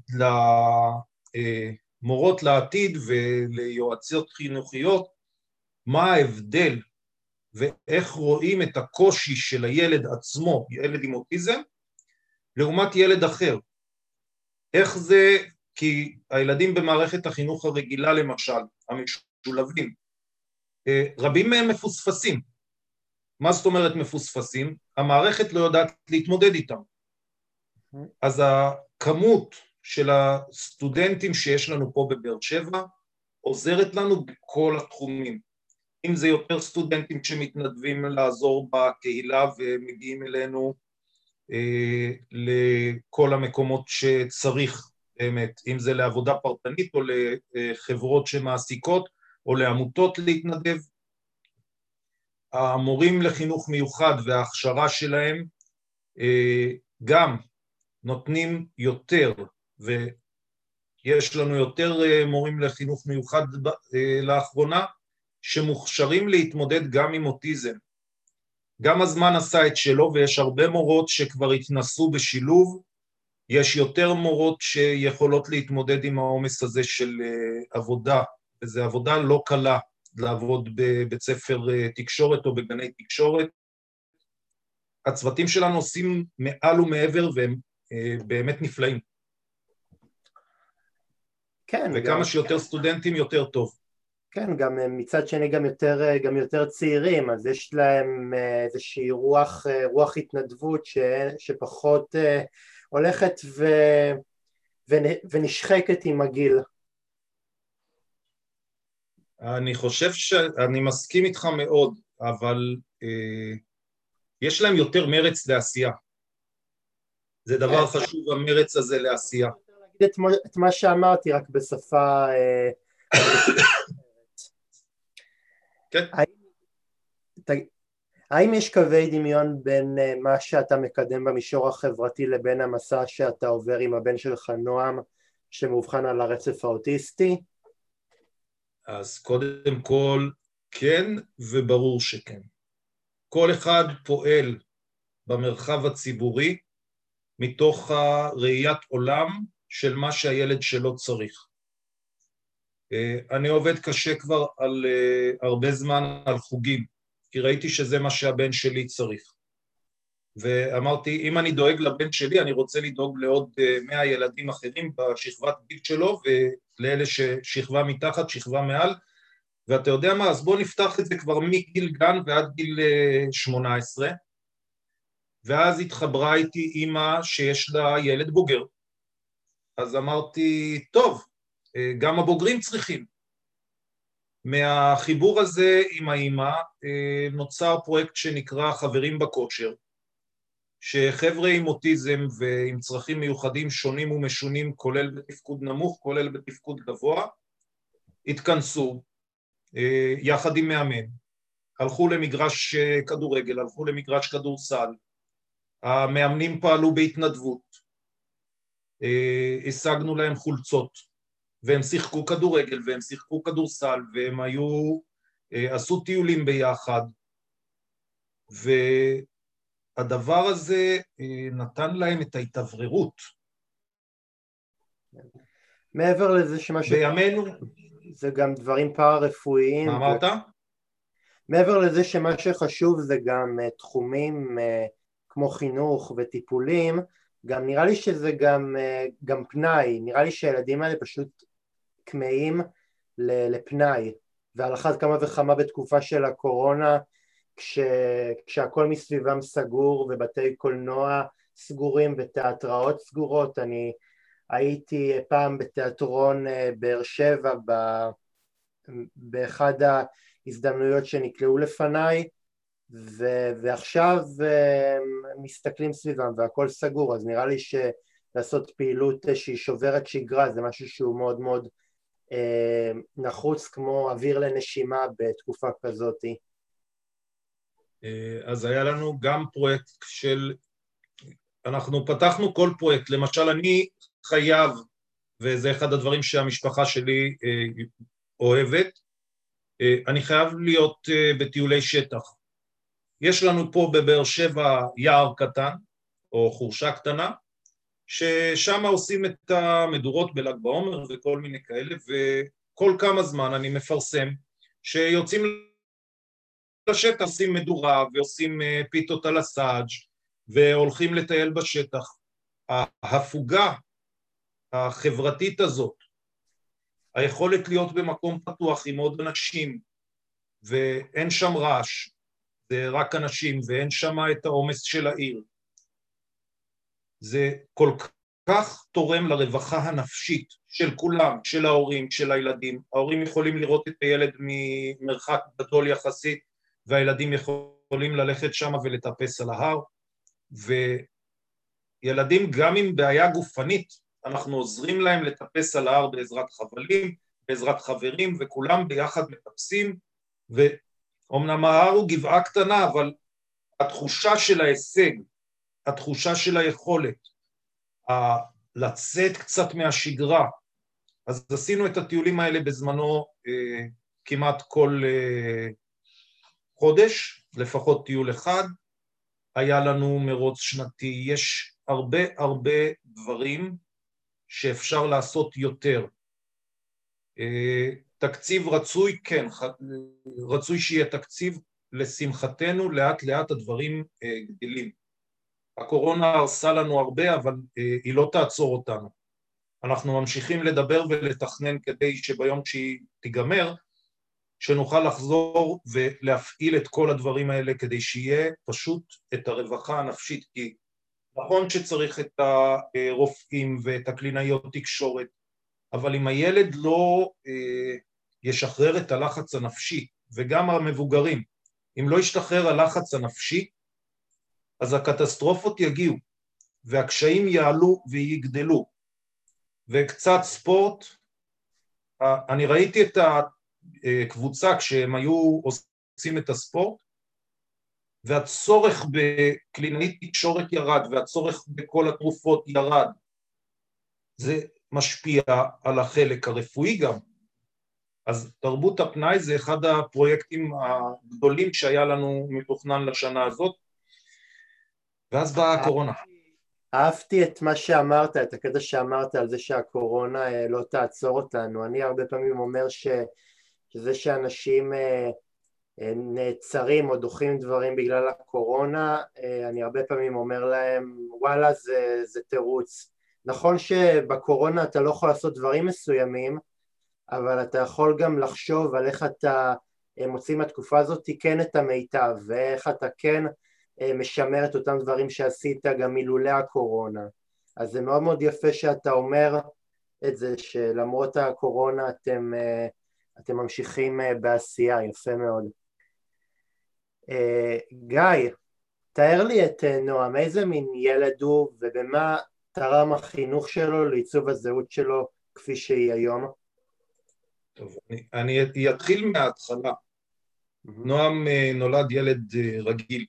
למורות לעתיד וליועצות חינוכיות, מה ההבדל ואיך רואים את הקושי של הילד עצמו, ילד עם אוטיזם, לעומת ילד אחר. איך זה, כי הילדים במערכת החינוך הרגילה למשל, המשולבים, רבים מהם מפוספסים. מה זאת אומרת מפוספסים? המערכת לא יודעת להתמודד איתם. אז הכמות של הסטודנטים שיש לנו פה בבאר שבע עוזרת לנו בכל התחומים. אם זה יותר סטודנטים שמתנדבים לעזור בקהילה ומגיעים אלינו אה, לכל המקומות שצריך באמת, אם זה לעבודה פרטנית או לחברות שמעסיקות או לעמותות להתנדב. המורים לחינוך מיוחד וההכשרה שלהם אה, גם נותנים יותר ויש לנו יותר מורים לחינוך מיוחד לאחרונה, שמוכשרים להתמודד גם עם אוטיזם. גם הזמן עשה את שלו, ויש הרבה מורות שכבר התנסו בשילוב, יש יותר מורות שיכולות להתמודד עם העומס הזה של עבודה, וזו עבודה לא קלה לעבוד בבית ספר תקשורת או בגני תקשורת. הצוותים שלנו עושים מעל ומעבר והם באמת נפלאים. כן, וכמה גם, שיותר סטודנטים יותר טוב. כן, גם מצד שני גם יותר, גם יותר צעירים, אז יש להם איזושהי רוח, רוח התנדבות ש, שפחות הולכת ו, ונשחקת עם הגיל. אני חושב שאני מסכים איתך מאוד, אבל אה, יש להם יותר מרץ לעשייה. זה דבר כן. חשוב, המרץ הזה לעשייה. את, את מה שאמרתי, רק בשפה... אה, כן. האם, האם יש קווי דמיון בין מה שאתה מקדם במישור החברתי לבין המסע שאתה עובר עם הבן שלך נועם, שמאובחן על הרצף האוטיסטי? אז קודם כל, כן, וברור שכן. כל אחד פועל במרחב הציבורי מתוך הראיית עולם של מה שהילד שלו צריך. אני עובד קשה כבר על הרבה זמן על חוגים, כי ראיתי שזה מה שהבן שלי צריך. ואמרתי, אם אני דואג לבן שלי, אני רוצה לדאוג לעוד מאה ילדים אחרים בשכבת גיל שלו, ולאלה ששכבה מתחת, שכבה מעל, ואתה יודע מה, אז בוא נפתח את זה כבר מגיל גן ועד גיל שמונה עשרה, ואז התחברה איתי אמא שיש לה ילד בוגר. אז אמרתי, טוב, גם הבוגרים צריכים. מהחיבור הזה עם האמא נוצר פרויקט שנקרא חברים בכושר, שחבר'ה עם אוטיזם ועם צרכים מיוחדים שונים ומשונים, כולל בתפקוד נמוך, כולל בתפקוד גבוה, התכנסו יחד עם מאמן, הלכו למגרש כדורגל, הלכו למגרש כדורסל, המאמנים פעלו בהתנדבות, השגנו להם חולצות, והם שיחקו כדורגל, והם שיחקו כדורסל, והם היו, עשו טיולים ביחד, והדבר הזה נתן להם את ההתאווררות. מעבר לזה שמה ש... בימינו... זה גם דברים פארה-רפואיים. מה אמרת? ו... מעבר לזה שמה שחשוב זה גם uh, תחומים uh, כמו חינוך וטיפולים, גם נראה לי שזה גם, uh, גם פנאי, נראה לי שהילדים האלה פשוט כמהים לפנאי, ועל אחת כמה וכמה בתקופה של הקורונה, כש, כשהכל מסביבם סגור ובתי קולנוע סגורים ותיאטראות סגורות. אני הייתי פעם בתיאטרון באר שבע באחד ההזדמנויות שנקלעו לפניי, ו- ועכשיו מסתכלים סביבם והכל סגור, אז נראה לי שלעשות פעילות שהיא שוברת שגרה זה משהו שהוא מאוד מאוד אה, נחוץ, כמו אוויר לנשימה בתקופה כזאת. אז היה לנו גם פרויקט של, אנחנו פתחנו כל פרויקט, למשל אני חייב, וזה אחד הדברים שהמשפחה שלי אה, אוהבת, אה, אני חייב להיות אה, בטיולי שטח. יש לנו פה בבאר שבע יער קטן, או חורשה קטנה, ששם עושים את המדורות בל"ג בעומר וכל מיני כאלה, וכל כמה זמן אני מפרסם שיוצאים לשטח, עושים מדורה ועושים פיתות על הסאג' והולכים לטייל בשטח. ההפוגה החברתית הזאת, היכולת להיות במקום פתוח עם עוד אנשים, ואין שם רעש, זה רק אנשים, ואין שם את העומס של העיר, זה כל כך תורם לרווחה הנפשית של כולם, של ההורים, של הילדים. ההורים יכולים לראות את הילד ממרחק גדול יחסית, והילדים יכולים ללכת שם ולטפס על ההר, וילדים גם עם בעיה גופנית, אנחנו עוזרים להם לטפס על ההר בעזרת חבלים, בעזרת חברים, וכולם ביחד מטפסים, ואומנם ההר הוא גבעה קטנה, אבל התחושה של ההישג, התחושה של היכולת, לצאת קצת מהשגרה. אז עשינו את הטיולים האלה בזמנו אה, כמעט כל אה, חודש, לפחות טיול אחד. היה לנו מרוץ שנתי, יש הרבה הרבה דברים שאפשר לעשות יותר. אה, תקציב רצוי, כן, רצוי שיהיה תקציב, לשמחתנו לאט לאט הדברים אה, גדלים. הקורונה הרסה לנו הרבה, אבל אה, היא לא תעצור אותנו. אנחנו ממשיכים לדבר ולתכנן כדי שביום שהיא תיגמר, שנוכל לחזור ולהפעיל את כל הדברים האלה כדי שיהיה פשוט את הרווחה הנפשית, כי נכון שצריך את הרופאים ואת הקלינאיות תקשורת, אבל אם הילד לא אה, ישחרר את הלחץ הנפשי, וגם המבוגרים, אם לא ישתחרר הלחץ הנפשי, אז הקטסטרופות יגיעו, והקשיים יעלו ויגדלו, וקצת ספורט. אני ראיתי את הקבוצה כשהם היו עושים את הספורט, והצורך בקלינאית תקשורת ירד, והצורך בכל התרופות ירד. זה משפיע על החלק הרפואי גם. אז תרבות הפנאי זה אחד הפרויקטים הגדולים שהיה לנו מתוכנן לשנה הזאת, ואז באה הקורונה. אהבתי את מה שאמרת, את הקטע שאמרת על זה שהקורונה לא תעצור אותנו. אני הרבה פעמים אומר ש... שזה שאנשים נעצרים או דוחים דברים בגלל הקורונה, אני הרבה פעמים אומר להם, וואלה, זה, זה תירוץ. נכון שבקורונה אתה לא יכול לעשות דברים מסוימים, אבל אתה יכול גם לחשוב על איך אתה מוציא מהתקופה הזאת כן את המיטב, ואיך אתה כן משמר את אותם דברים שעשית גם מילולי הקורונה. אז זה מאוד מאוד יפה שאתה אומר את זה, שלמרות הקורונה אתם, אתם ממשיכים בעשייה, יפה מאוד. גיא, תאר לי את נועם, איזה מין ילד הוא ובמה תרם החינוך שלו לעיצוב הזהות שלו כפי שהיא היום? טוב, אני, אני אתחיל מההתחלה. Mm-hmm. נועם נולד ילד רגיל.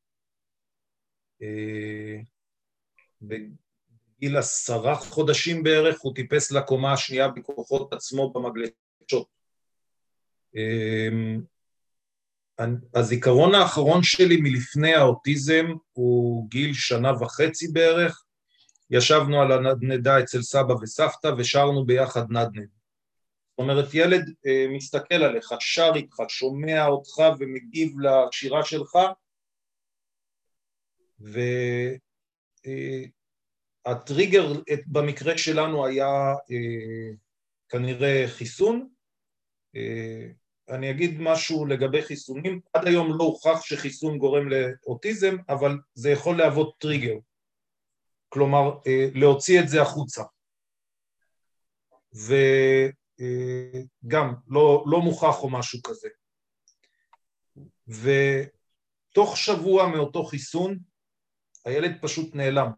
בגיל עשרה חודשים בערך הוא טיפס לקומה השנייה בכוחות עצמו במגלשות. הזיכרון האחרון שלי מלפני האוטיזם הוא גיל שנה וחצי בערך. ישבנו על הנדנדה אצל סבא וסבתא ושרנו ביחד נדנד. זאת אומרת, ילד מסתכל עליך, שר איתך, שומע אותך ומגיב לשירה שלך, והטריגר במקרה שלנו היה כנראה חיסון. אני אגיד משהו לגבי חיסונים, עד היום לא הוכח שחיסון גורם לאוטיזם, אבל זה יכול להוות טריגר, כלומר להוציא את זה החוצה. וגם לא, לא מוכח או משהו כזה. ותוך שבוע מאותו חיסון, הילד פשוט נעלם.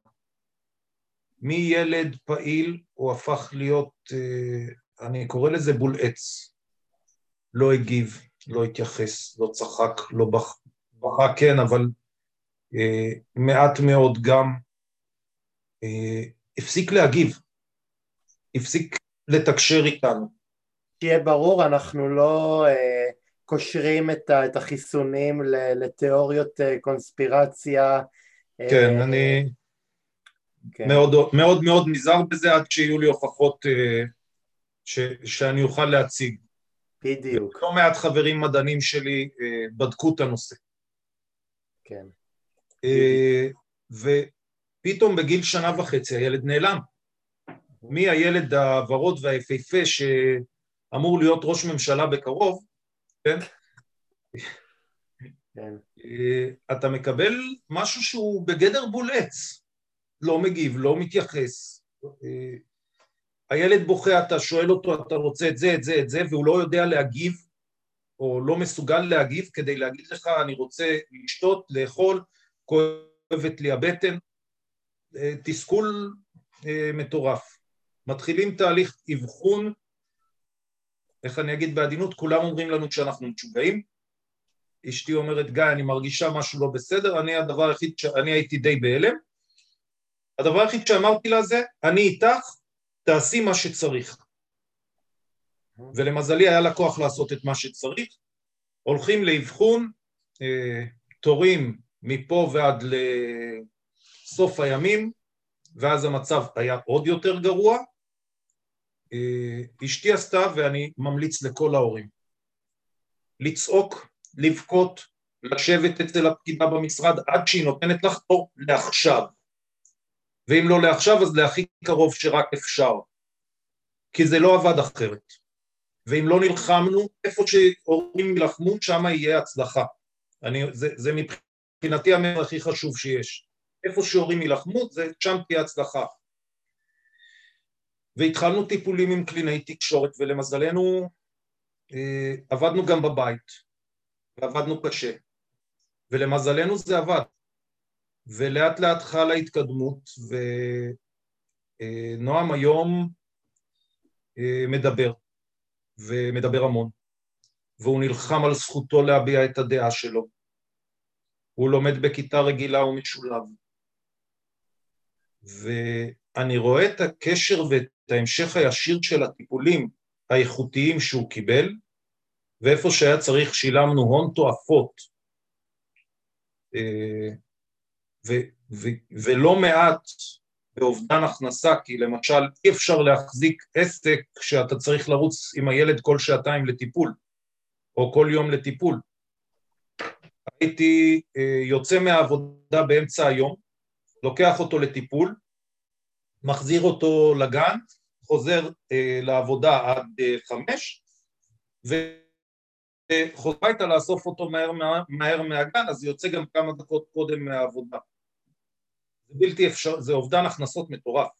מילד פעיל הוא הפך להיות, אני קורא לזה בול עץ. לא הגיב, לא התייחס, לא צחק, לא בח... בכה כן, אבל אה, מעט מאוד גם אה, הפסיק להגיב, הפסיק לתקשר איתנו. שיהיה ברור, אנחנו לא אה, קושרים את, ה, את החיסונים לתיאוריות אה, קונספירציה. כן, אה, אני כן. מאוד, מאוד מאוד נזהר בזה עד שיהיו לי הוכחות אה, ש, שאני אוכל להציג. בדיוק. לא מעט חברים מדענים שלי אה, בדקו את הנושא. כן. אה, ופתאום בגיל שנה וחצי הילד נעלם. מי הילד הוורוד והיפהפה שאמור להיות ראש ממשלה בקרוב, כן? כן. אה, אתה מקבל משהו שהוא בגדר בול עץ. לא מגיב, לא מתייחס. אה, הילד בוכה, אתה שואל אותו, אתה רוצה את זה, את זה, את זה, והוא לא יודע להגיב, או לא מסוגל להגיב כדי להגיד לך, אני רוצה לשתות, לאכול, כואבת לי הבטן, תסכול מטורף. מתחילים תהליך אבחון, איך אני אגיד בעדינות, כולם אומרים לנו כשאנחנו משוגעים, אשתי אומרת, גיא, אני מרגישה משהו לא בסדר, אני הדבר היחיד, אני הייתי די בהלם, הדבר היחיד שאמרתי לה זה, אני איתך, תעשי מה שצריך. ולמזלי היה לה כוח לעשות את מה שצריך, הולכים לאבחון, אה, תורים מפה ועד לסוף הימים, ואז המצב היה עוד יותר גרוע. אה, אשתי עשתה, ואני ממליץ לכל ההורים, לצעוק, לבכות, לשבת אצל הפקידה במשרד עד שהיא נותנת לך תור לעכשיו, ואם לא לעכשיו אז להכי קרוב שרק אפשר, כי זה לא עבד אחרת. ואם לא נלחמנו, איפה שהורים ילחמו, שם יהיה הצלחה. אני, זה, זה מבחינתי המסר הכי חשוב שיש. איפה שהורים ילחמו, זה, שם תהיה הצלחה. והתחלנו טיפולים עם קלינאי תקשורת, ולמזלנו אה, עבדנו גם בבית, ועבדנו קשה. ולמזלנו זה עבד. ולאט לאט חלה התקדמות, ונועם היום אה, מדבר. ומדבר המון, והוא נלחם על זכותו להביע את הדעה שלו. הוא לומד בכיתה רגילה ומשולב. ואני רואה את הקשר ואת ההמשך הישיר של הטיפולים האיכותיים שהוא קיבל, ואיפה שהיה צריך שילמנו הון תועפות, ו- ו- ולא מעט באובדן הכנסה, כי למשל אי אפשר להחזיק עסק שאתה צריך לרוץ עם הילד כל שעתיים לטיפול, או כל יום לטיפול. הייתי יוצא מהעבודה באמצע היום, לוקח אותו לטיפול, מחזיר אותו לגן, חוזר לעבודה עד חמש, וחוזר איתה לאסוף אותו מהר, מהר מהגן, אז יוצא גם כמה דקות קודם מהעבודה. זה בלתי אפשר, זה אובדן הכנסות מטורף.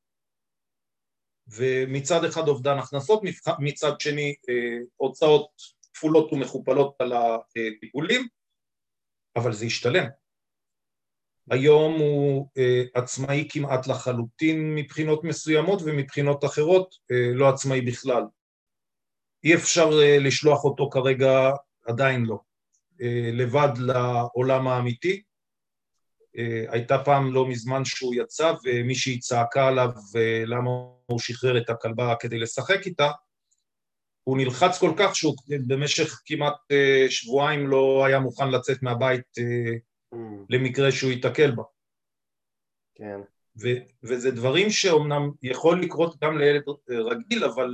ומצד אחד אובדן הכנסות, מצד שני הוצאות כפולות ומכופלות על הטיפולים, אבל זה ישתלם. היום הוא עצמאי כמעט לחלוטין מבחינות מסוימות, ומבחינות אחרות לא עצמאי בכלל. אי אפשר לשלוח אותו כרגע, עדיין לא, לבד לעולם האמיתי. הייתה פעם לא מזמן שהוא יצא, ומישהי צעקה עליו למה הוא שחרר את הכלבה כדי לשחק איתה, הוא נלחץ כל כך שהוא במשך כמעט שבועיים לא היה מוכן לצאת מהבית mm. למקרה שהוא ייתקל בה. כן. ו- וזה דברים שאומנם יכול לקרות גם לילד רגיל, אבל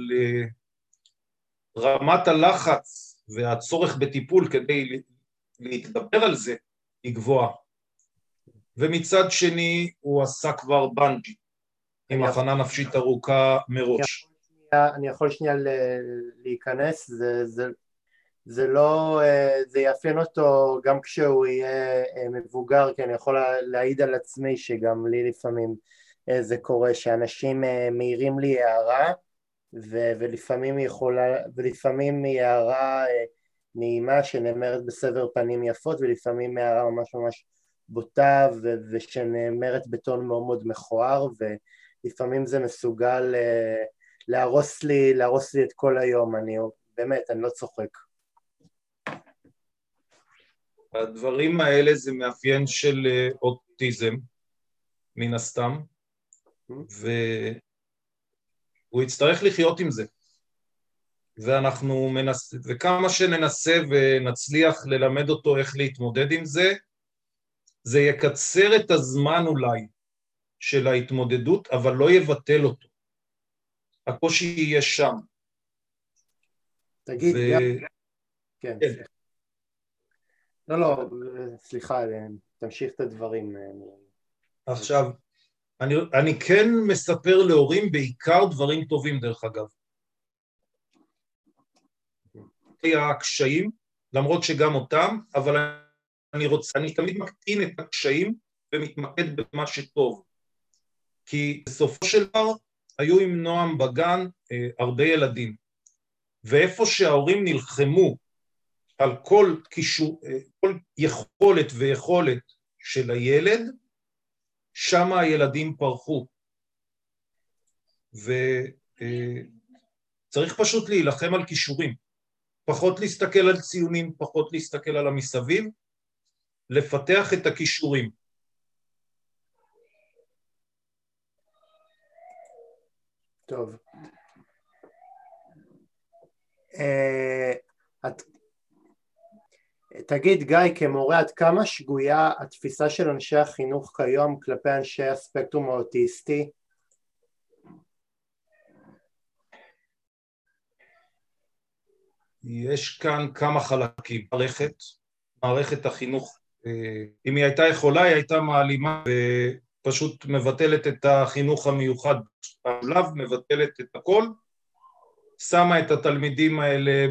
רמת הלחץ והצורך בטיפול כדי להתגבר על זה היא גבוהה. ומצד שני הוא עשה כבר בנג'י, עם הכנה נפשית ארוכה מראש. אני יכול שנייה להיכנס, זה, זה, זה לא, זה יאפיין אותו גם כשהוא יהיה מבוגר, כי אני יכול להעיד על עצמי שגם לי לפעמים זה קורה, שאנשים מעירים לי הערה, ו, ולפעמים היא יכולה, ולפעמים היא הערה נעימה שנאמרת בסבר פנים יפות, ולפעמים הערה ממש ממש בוטה, ו, ושנאמרת בטון מאוד מאוד מכוער, ולפעמים זה מסוגל להרוס לי, להרוס לי את כל היום, אני באמת, אני לא צוחק. הדברים האלה זה מאפיין של אוטיזם, מן הסתם, והוא יצטרך לחיות עם זה. ואנחנו מנס... וכמה שננסה ונצליח ללמד אותו איך להתמודד עם זה, זה יקצר את הזמן אולי של ההתמודדות, אבל לא יבטל אותו. הקושי יהיה שם. תגיד, ו... גם... כן, כן. סליחה. לא, לא, סליחה, תמשיך את הדברים. עכשיו, אני, אני כן מספר להורים בעיקר דברים טובים דרך אגב. הקשיים, למרות שגם אותם, אבל אני רוצה, אני תמיד מקטין את הקשיים ומתמקד במה שטוב. כי בסופו של דבר היו עם נועם בגן אה, הרבה ילדים, ואיפה שההורים נלחמו על כל, קישור, אה, כל יכולת ויכולת של הילד, שם הילדים פרחו. וצריך אה, פשוט להילחם על כישורים. פחות להסתכל על ציונים, פחות להסתכל על המסביב, לפתח את הכישורים. טוב. אה, את... תגיד גיא, כמורה, עד כמה שגויה התפיסה של אנשי החינוך כיום כלפי אנשי הספקטרום האוטיסטי? יש כאן כמה חלקים. מערכת, מערכת החינוך, אם היא הייתה יכולה, היא הייתה מעלימה ופשוט מבטלת את החינוך המיוחד. המשולב מבטלת את הכל, שמה את התלמידים האלה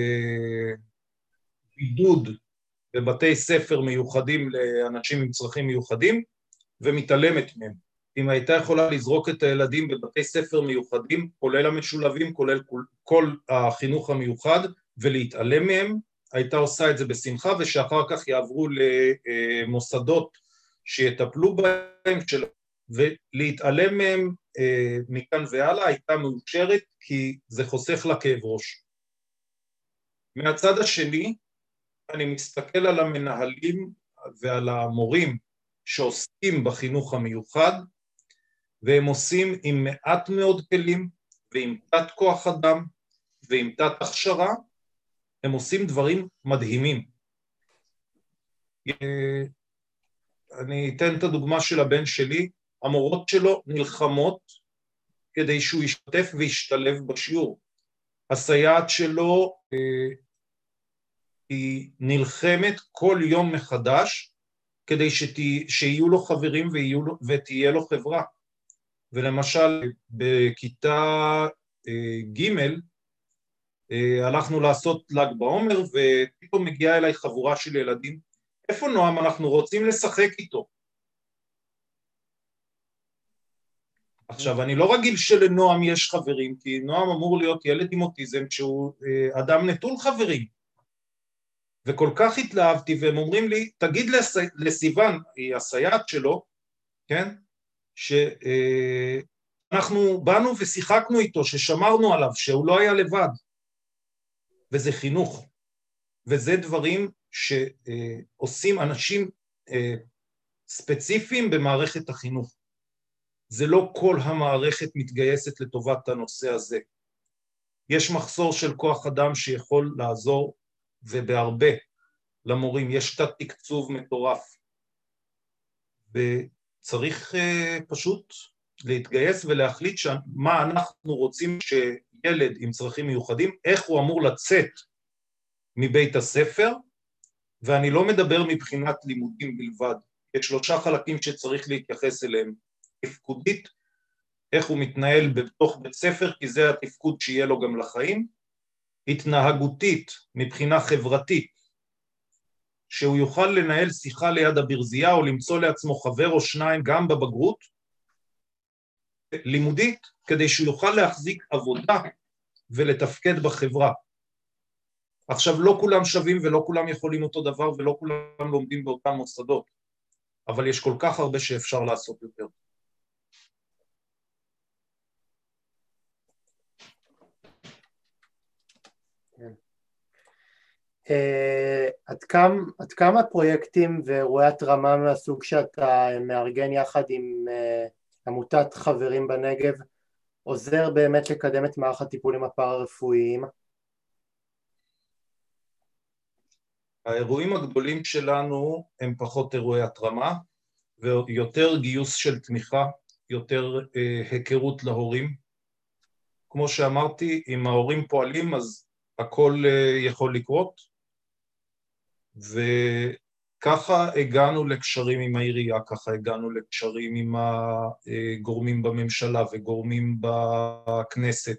בבידוד בבתי ספר מיוחדים לאנשים עם צרכים מיוחדים, ומתעלמת מהם. אם הייתה יכולה לזרוק את הילדים בבתי ספר מיוחדים, כולל המשולבים, כולל כל החינוך המיוחד, ולהתעלם מהם, הייתה עושה את זה בשמחה, ושאחר כך יעברו למוסדות שיטפלו בהם, ולהתעלם מהם מכאן והלאה, הייתה מאושרת, כי זה חוסך לה כאב ראש. מהצד השני, אני מסתכל על המנהלים ועל המורים שעוסקים בחינוך המיוחד, והם עושים עם מעט מאוד כלים, ועם תת כוח אדם, ועם תת הכשרה, הם עושים דברים מדהימים. אני אתן את הדוגמה של הבן שלי, המורות שלו נלחמות כדי שהוא ישתתף וישתלב בשיעור. הסייעת שלו היא נלחמת כל יום מחדש, כדי שתה, שיהיו לו חברים ויהיו לו, ותהיה לו חברה. ולמשל, בכיתה ג' הלכנו לעשות ל"ג בעומר, ופתאום מגיעה אליי חבורה של ילדים, איפה נועם? אנחנו רוצים לשחק איתו. עכשיו, אני לא רגיל שלנועם יש חברים, כי נועם אמור להיות ילד עם אוטיזם, שהוא אדם נטול חברים. וכל כך התלהבתי, והם אומרים לי, תגיד לסיוון, היא הסייעת שלו, כן? שאנחנו באנו ושיחקנו איתו, ששמרנו עליו, שהוא לא היה לבד. וזה חינוך. וזה דברים שעושים אנשים ספציפיים במערכת החינוך. זה לא כל המערכת מתגייסת לטובת הנושא הזה. יש מחסור של כוח אדם שיכול לעזור, ובהרבה למורים יש תת תקצוב מטורף. וצריך פשוט להתגייס ולהחליט מה אנחנו רוצים שילד עם צרכים מיוחדים, איך הוא אמור לצאת מבית הספר, ואני לא מדבר מבחינת לימודים בלבד. יש שלושה חלקים שצריך להתייחס אליהם. תפקודית, איך הוא מתנהל בתוך בית ספר, כי זה התפקוד שיהיה לו גם לחיים. התנהגותית, מבחינה חברתית, שהוא יוכל לנהל שיחה ליד הברזייה, או למצוא לעצמו חבר או שניים גם בבגרות. לימודית, כדי שהוא יוכל להחזיק עבודה ולתפקד בחברה. עכשיו, לא כולם שווים ולא כולם יכולים אותו דבר, ולא כולם לומדים באותם מוסדות, אבל יש כל כך הרבה שאפשר לעשות יותר. עד כמה פרויקטים ואירועי התרמה מהסוג שאתה מארגן יחד עם עמותת חברים בנגב עוזר באמת לקדם את מערך הטיפולים הפארה-רפואיים? האירועים הגדולים שלנו הם פחות אירועי התרמה, ויותר גיוס של תמיכה, יותר אה, היכרות להורים. כמו שאמרתי, אם ההורים פועלים אז הכל אה, יכול לקרות, וככה הגענו לקשרים עם העירייה, ככה הגענו לקשרים עם הגורמים בממשלה וגורמים בכנסת,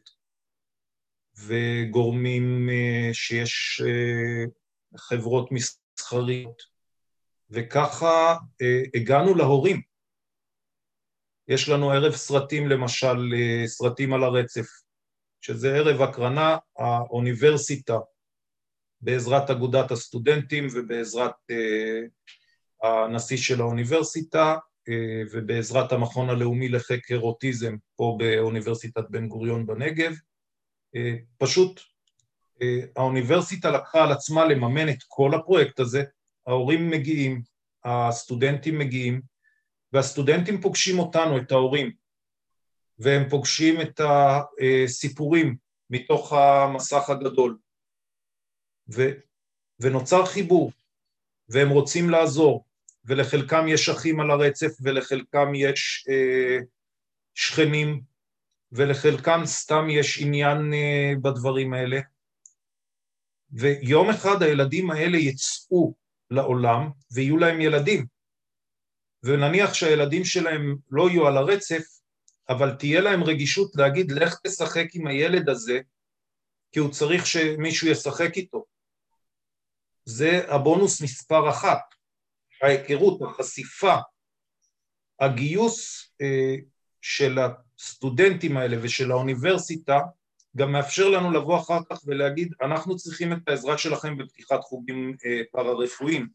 וגורמים אה, שיש אה, חברות מסחריות, וככה אה, הגענו להורים. יש לנו ערב סרטים, למשל אה, סרטים על הרצף, שזה ערב הקרנה, האוניברסיטה, בעזרת אגודת הסטודנטים ובעזרת אה, הנשיא של האוניברסיטה, אה, ובעזרת המכון הלאומי לחקר אוטיזם פה באוניברסיטת בן גוריון בנגב. אה, פשוט האוניברסיטה לקחה על עצמה לממן את כל הפרויקט הזה, ההורים מגיעים, הסטודנטים מגיעים, והסטודנטים פוגשים אותנו, את ההורים. והם פוגשים את הסיפורים מתוך המסך הגדול, ו, ונוצר חיבור, והם רוצים לעזור, ולחלקם יש אחים על הרצף, ולחלקם יש אה, שכנים, ולחלקם סתם יש עניין אה, בדברים האלה, ויום אחד הילדים האלה יצאו לעולם, ויהיו להם ילדים, ונניח שהילדים שלהם לא יהיו על הרצף, אבל תהיה להם רגישות להגיד, לך תשחק עם הילד הזה, כי הוא צריך שמישהו ישחק איתו. זה הבונוס מספר אחת, ההיכרות, החשיפה, הגיוס אה, של הסטודנטים האלה ושל האוניברסיטה, גם מאפשר לנו לבוא אחר כך ולהגיד, אנחנו צריכים את העזרה שלכם בפתיחת חוגים אה, פארה-רפואיים.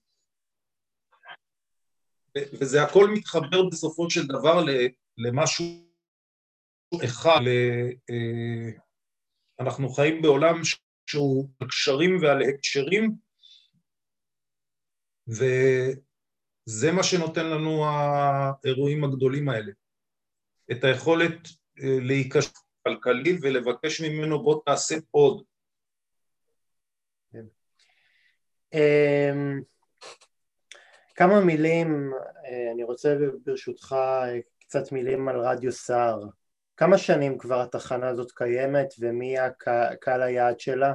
וזה הכל מתחבר בסופו של דבר למשהו אחד, אנחנו חיים בעולם שהוא על קשרים ועל הקשרים, וזה מה שנותן לנו האירועים הגדולים האלה, את היכולת להיקשר כלכלי ולבקש ממנו בוא תעשה עוד. כמה מילים, אני רוצה ברשותך קצת מילים על רדיו סער. כמה שנים כבר התחנה הזאת קיימת ומי הקהל היעד שלה?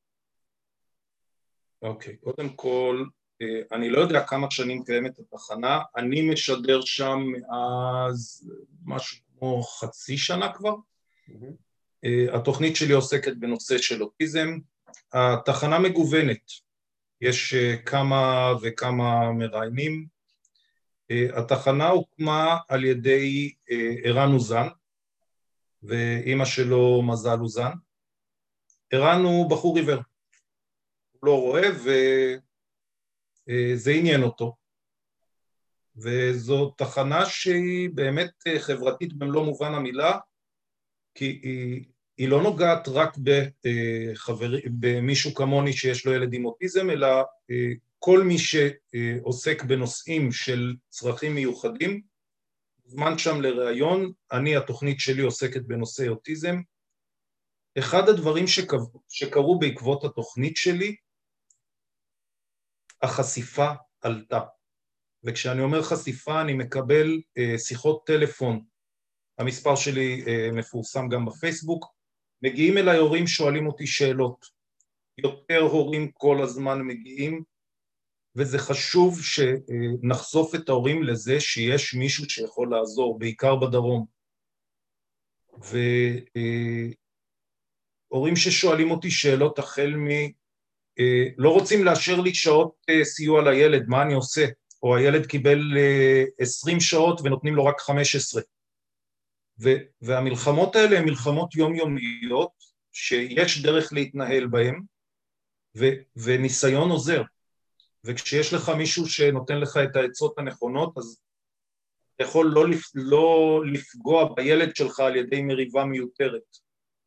אוקיי, קודם כל, אני לא יודע כמה שנים קיימת התחנה, אני משדר שם מאז משהו כמו חצי שנה כבר. Mm-hmm. התוכנית שלי עוסקת בנושא של אוטיזם, התחנה מגוונת, יש כמה וכמה מראיינים, התחנה הוקמה על ידי ערן אוזן, ואימא שלו מזל אוזן. ערן הוא בחור עיוור, הוא לא רואה וזה עניין אותו, וזו תחנה שהיא באמת חברתית במלוא מובן המילה, כי היא, היא לא נוגעת רק בחבר, במישהו כמוני שיש לו ילד עם אוטיזם, אלא כל מי שעוסק בנושאים של צרכים מיוחדים, זמן שם לראיון. אני, התוכנית שלי עוסקת בנושא אוטיזם. אחד הדברים שקרו, שקרו בעקבות התוכנית שלי, החשיפה עלתה. וכשאני אומר חשיפה, אני מקבל אה, שיחות טלפון, המספר שלי אה, מפורסם גם בפייסבוק, מגיעים אליי הורים, שואלים אותי שאלות. יותר הורים כל הזמן מגיעים, וזה חשוב שנחשוף את ההורים לזה שיש מישהו שיכול לעזור, בעיקר בדרום. והורים ששואלים אותי שאלות החל מ... לא רוצים לאשר לי שעות סיוע לילד, מה אני עושה? או הילד קיבל עשרים שעות ונותנים לו רק חמש עשרה. והמלחמות האלה הן מלחמות יומיומיות, שיש דרך להתנהל בהן, וניסיון עוזר. וכשיש לך מישהו שנותן לך את העצות הנכונות, אז אתה יכול לא, לפ... לא לפגוע בילד שלך על ידי מריבה מיותרת.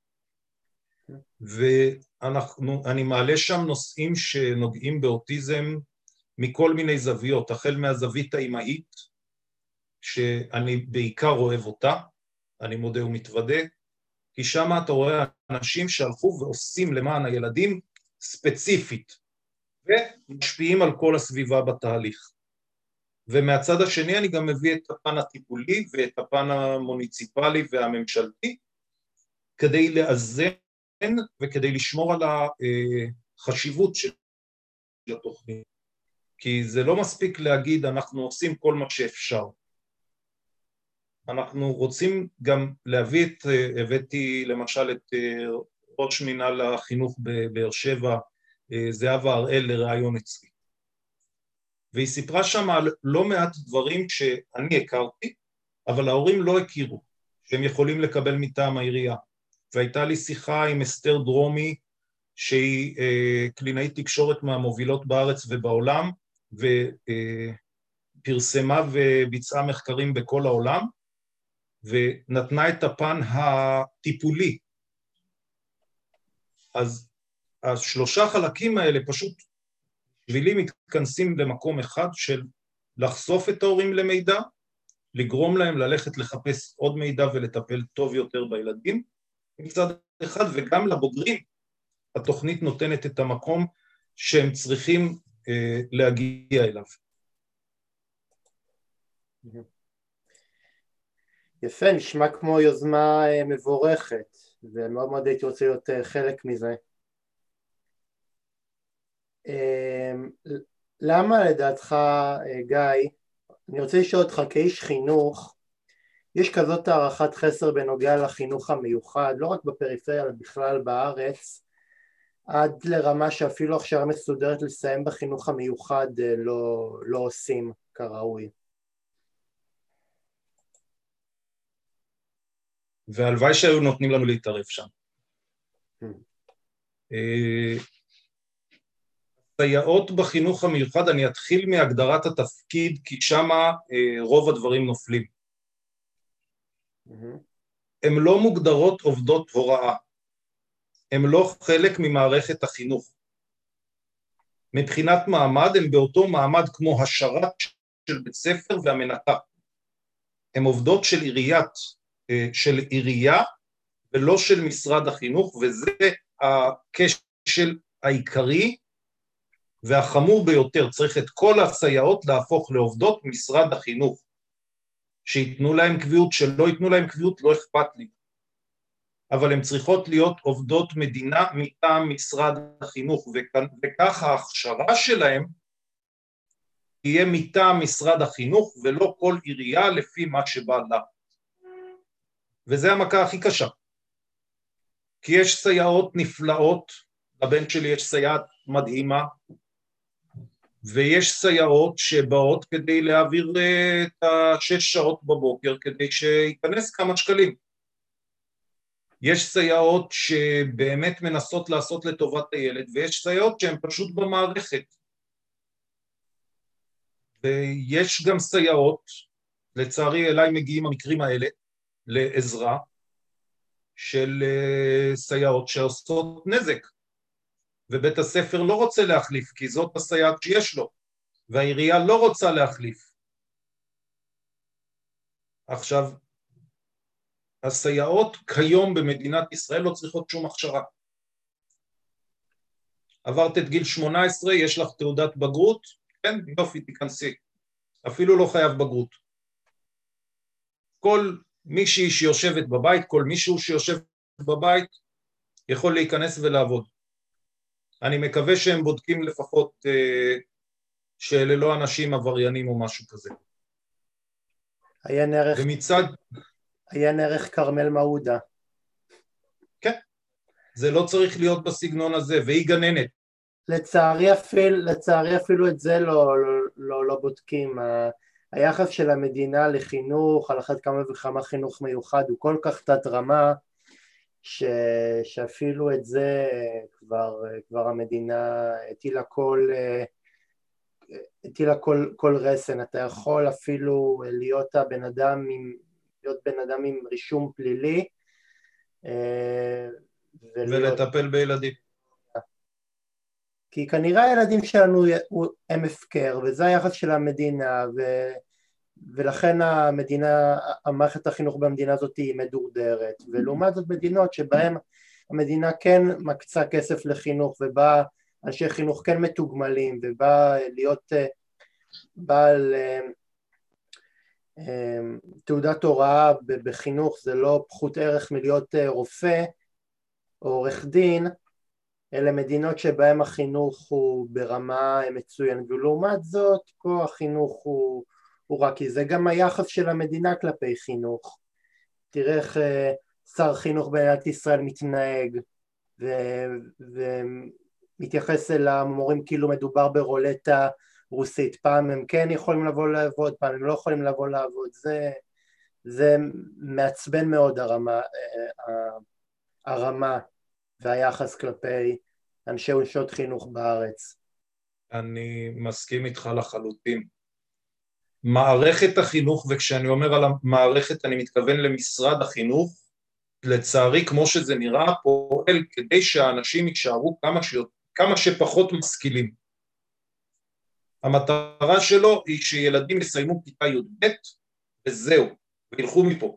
ואני מעלה שם נושאים שנוגעים באוטיזם מכל מיני זוויות, החל מהזווית האימהית, שאני בעיקר אוהב אותה, אני מודה ומתוודה, כי שם אתה רואה אנשים שהלכו ועושים למען הילדים ספציפית, ומשפיעים על כל הסביבה בתהליך. ומהצד השני אני גם מביא את הפן הטיפולי ואת הפן המוניציפלי והממשלתי, כדי לאזן וכדי לשמור על החשיבות של התוכנית. כי זה לא מספיק להגיד אנחנו עושים כל מה שאפשר. אנחנו רוצים גם להביא את, הבאתי למשל את ראש מינהל החינוך בבאר שבע, זהבה הראל, לראיון אצלי. והיא סיפרה שם על לא מעט דברים שאני הכרתי, אבל ההורים לא הכירו, שהם יכולים לקבל מטעם העירייה. והייתה לי שיחה עם אסתר דרומי, שהיא אה, קלינאית תקשורת מהמובילות בארץ ובעולם, ופרסמה וביצעה מחקרים בכל העולם, ונתנה את הפן הטיפולי. אז השלושה חלקים האלה פשוט בשבילי מתכנסים למקום אחד של לחשוף את ההורים למידע, לגרום להם ללכת לחפש עוד מידע ולטפל טוב יותר בילדים מצד אחד, וגם לבוגרים התוכנית נותנת את המקום שהם צריכים אה, להגיע אליו. יפה, נשמע כמו יוזמה מבורכת, ומאוד מאוד הייתי רוצה להיות חלק מזה. למה לדעתך, גיא, אני רוצה לשאול אותך כאיש חינוך, יש כזאת הערכת חסר בנוגע לחינוך המיוחד, לא רק בפריפריה, אלא בכלל בארץ, עד לרמה שאפילו הכשרה מסודרת לסיים בחינוך המיוחד לא, לא עושים כראוי. והלוואי שהיו נותנים לנו להתערב שם. סייעות בחינוך המיוחד, אני אתחיל מהגדרת התפקיד, כי שמה רוב הדברים נופלים. הן לא מוגדרות עובדות הוראה, הן לא חלק ממערכת החינוך. מבחינת מעמד, הן באותו מעמד כמו השרת של בית ספר והמנקה. הן עובדות של עיריית, של עירייה ולא של משרד החינוך, וזה הכשל העיקרי והחמור ביותר. צריך את כל הסייעות להפוך לעובדות משרד החינוך, שיתנו להם קביעות, שלא ייתנו להם קביעות, לא אכפת לי. אבל הן צריכות להיות עובדות מדינה מטעם משרד החינוך, וכך ההכשרה שלהם תהיה מטעם משרד החינוך, ולא כל עירייה לפי מה שבא לה. וזה המכה הכי קשה. כי יש סייעות נפלאות, לבן שלי יש סייעת מדהימה, ויש סייעות שבאות כדי להעביר את השש שעות בבוקר, כדי שיכנס כמה שקלים. יש סייעות שבאמת מנסות לעשות לטובת הילד, ויש סייעות שהן פשוט במערכת. ויש גם סייעות, לצערי אליי מגיעים המקרים האלה, לעזרה, של סייעות שעושות נזק. ובית הספר לא רוצה להחליף, כי זאת הסייעת שיש לו, והעירייה לא רוצה להחליף. עכשיו, הסייעות כיום במדינת ישראל לא צריכות שום הכשרה. עברת את גיל שמונה עשרה, יש לך תעודת בגרות, כן, יופי, תיכנסי. אפילו לא חייב בגרות. כל מישהי שיושבת בבית, כל מישהו שיושב בבית, יכול להיכנס ולעבוד. אני מקווה שהם בודקים לפחות אה, שאלה לא אנשים עבריינים או משהו כזה. עיין ערך, ומצד... עיין ערך קרמל מעודה. כן, זה לא צריך להיות בסגנון הזה, והיא גננת. לצערי אפילו, לצערי אפילו את זה לא, לא, לא, לא בודקים. היחס של המדינה לחינוך, על אחת כמה וכמה חינוך מיוחד, הוא כל כך תת רמה, ש... שאפילו את זה כבר, כבר המדינה הטילה כל, הטילה כל, כל רסן. אתה יכול אפילו להיות הבן אדם עם, להיות בן אדם עם רישום פלילי, ולהיות... ולטפל בילדים. כי כנראה הילדים שלנו הם הפקר, וזה היחס של המדינה, ו... ולכן המדינה, המערכת החינוך במדינה הזאת היא מדורדרת, ולעומת זאת מדינות שבהן המדינה כן מקצה כסף לחינוך, ובה אנשי חינוך כן מתוגמלים, ובא להיות בעל תעודת הוראה בחינוך, זה לא פחות ערך מלהיות רופא או עורך דין, אלה מדינות שבהן החינוך הוא ברמה מצוין, ולעומת זאת פה החינוך הוא הוא רק, כי זה גם היחס של המדינה כלפי חינוך. תראה איך שר חינוך במדינת ישראל מתנהג, ומתייחס אל המורים כאילו מדובר ברולטה רוסית. פעם הם כן יכולים לבוא לעבוד, פעם הם לא יכולים לבוא לעבוד. זה, זה מעצבן מאוד הרמה, הרמה והיחס כלפי אנשי ונשות חינוך בארץ. אני מסכים איתך לחלוטין. מערכת החינוך, וכשאני אומר על המערכת אני מתכוון למשרד החינוך, לצערי כמו שזה נראה פועל כדי שהאנשים יישארו כמה, ש... כמה שפחות משכילים. המטרה שלו היא שילדים יסיימו כיתה י"ב וזהו, וילכו מפה.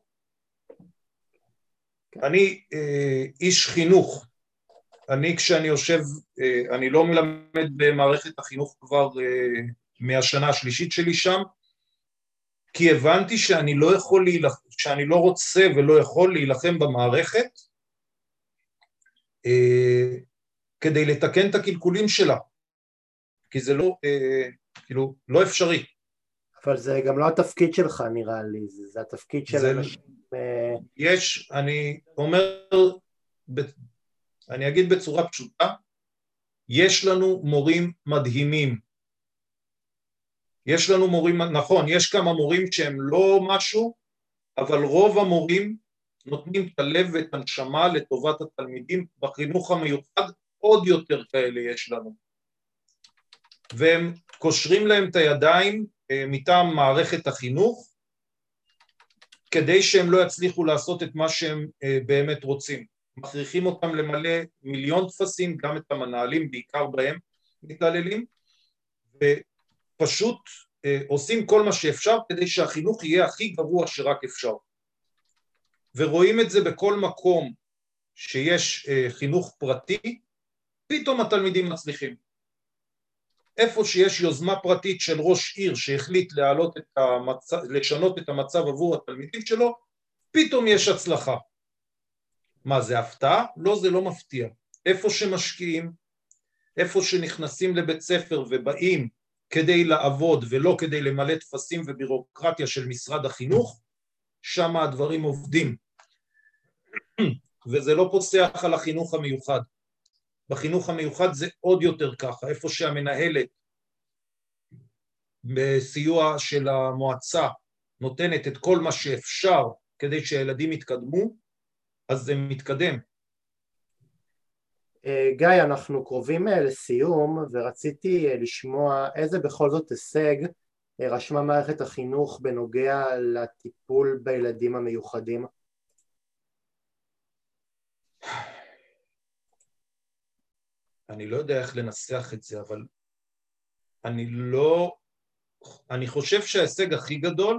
אני אה, איש חינוך, אני כשאני יושב, אה, אני לא מלמד במערכת החינוך כבר אה, מהשנה השלישית שלי שם, כי הבנתי שאני לא יכול להילחם, שאני לא רוצה ולא יכול להילחם במערכת אה, כדי לתקן את הקלקולים שלה, כי זה לא, אה, כאילו, לא אפשרי. אבל זה גם לא התפקיד שלך נראה לי, זה, זה התפקיד של זה, אנשים... אה, יש, אני אומר, אני אגיד בצורה פשוטה, יש לנו מורים מדהימים, יש לנו מורים, נכון, יש כמה מורים שהם לא משהו, אבל רוב המורים נותנים את הלב ואת הנשמה לטובת התלמידים. בחינוך המיוחד עוד יותר כאלה יש לנו, והם קושרים להם את הידיים מטעם מערכת החינוך, כדי שהם לא יצליחו לעשות את מה שהם באמת רוצים. מכריחים אותם למלא מיליון תפסים, גם את המנהלים בעיקר בהם מתעללים, ופשוט עושים כל מה שאפשר כדי שהחינוך יהיה הכי גרוע שרק אפשר. ורואים את זה בכל מקום שיש חינוך פרטי, פתאום התלמידים מצליחים. איפה שיש יוזמה פרטית של ראש עיר שהחליט להעלות את המצב, לשנות את המצב עבור התלמידים שלו, פתאום יש הצלחה. מה, זה הפתעה? לא, זה לא מפתיע. איפה שמשקיעים, איפה שנכנסים לבית ספר ובאים כדי לעבוד ולא כדי למלא תפסים ובירוקרטיה של משרד החינוך, שם הדברים עובדים. וזה לא פוסח על החינוך המיוחד. בחינוך המיוחד זה עוד יותר ככה, איפה שהמנהלת בסיוע של המועצה נותנת את כל מה שאפשר כדי שהילדים יתקדמו, אז זה מתקדם. גיא, אנחנו קרובים לסיום, ורציתי לשמוע איזה בכל זאת הישג רשמה מערכת החינוך בנוגע לטיפול בילדים המיוחדים. אני לא יודע איך לנסח את זה, אבל אני לא, אני חושב שההישג הכי גדול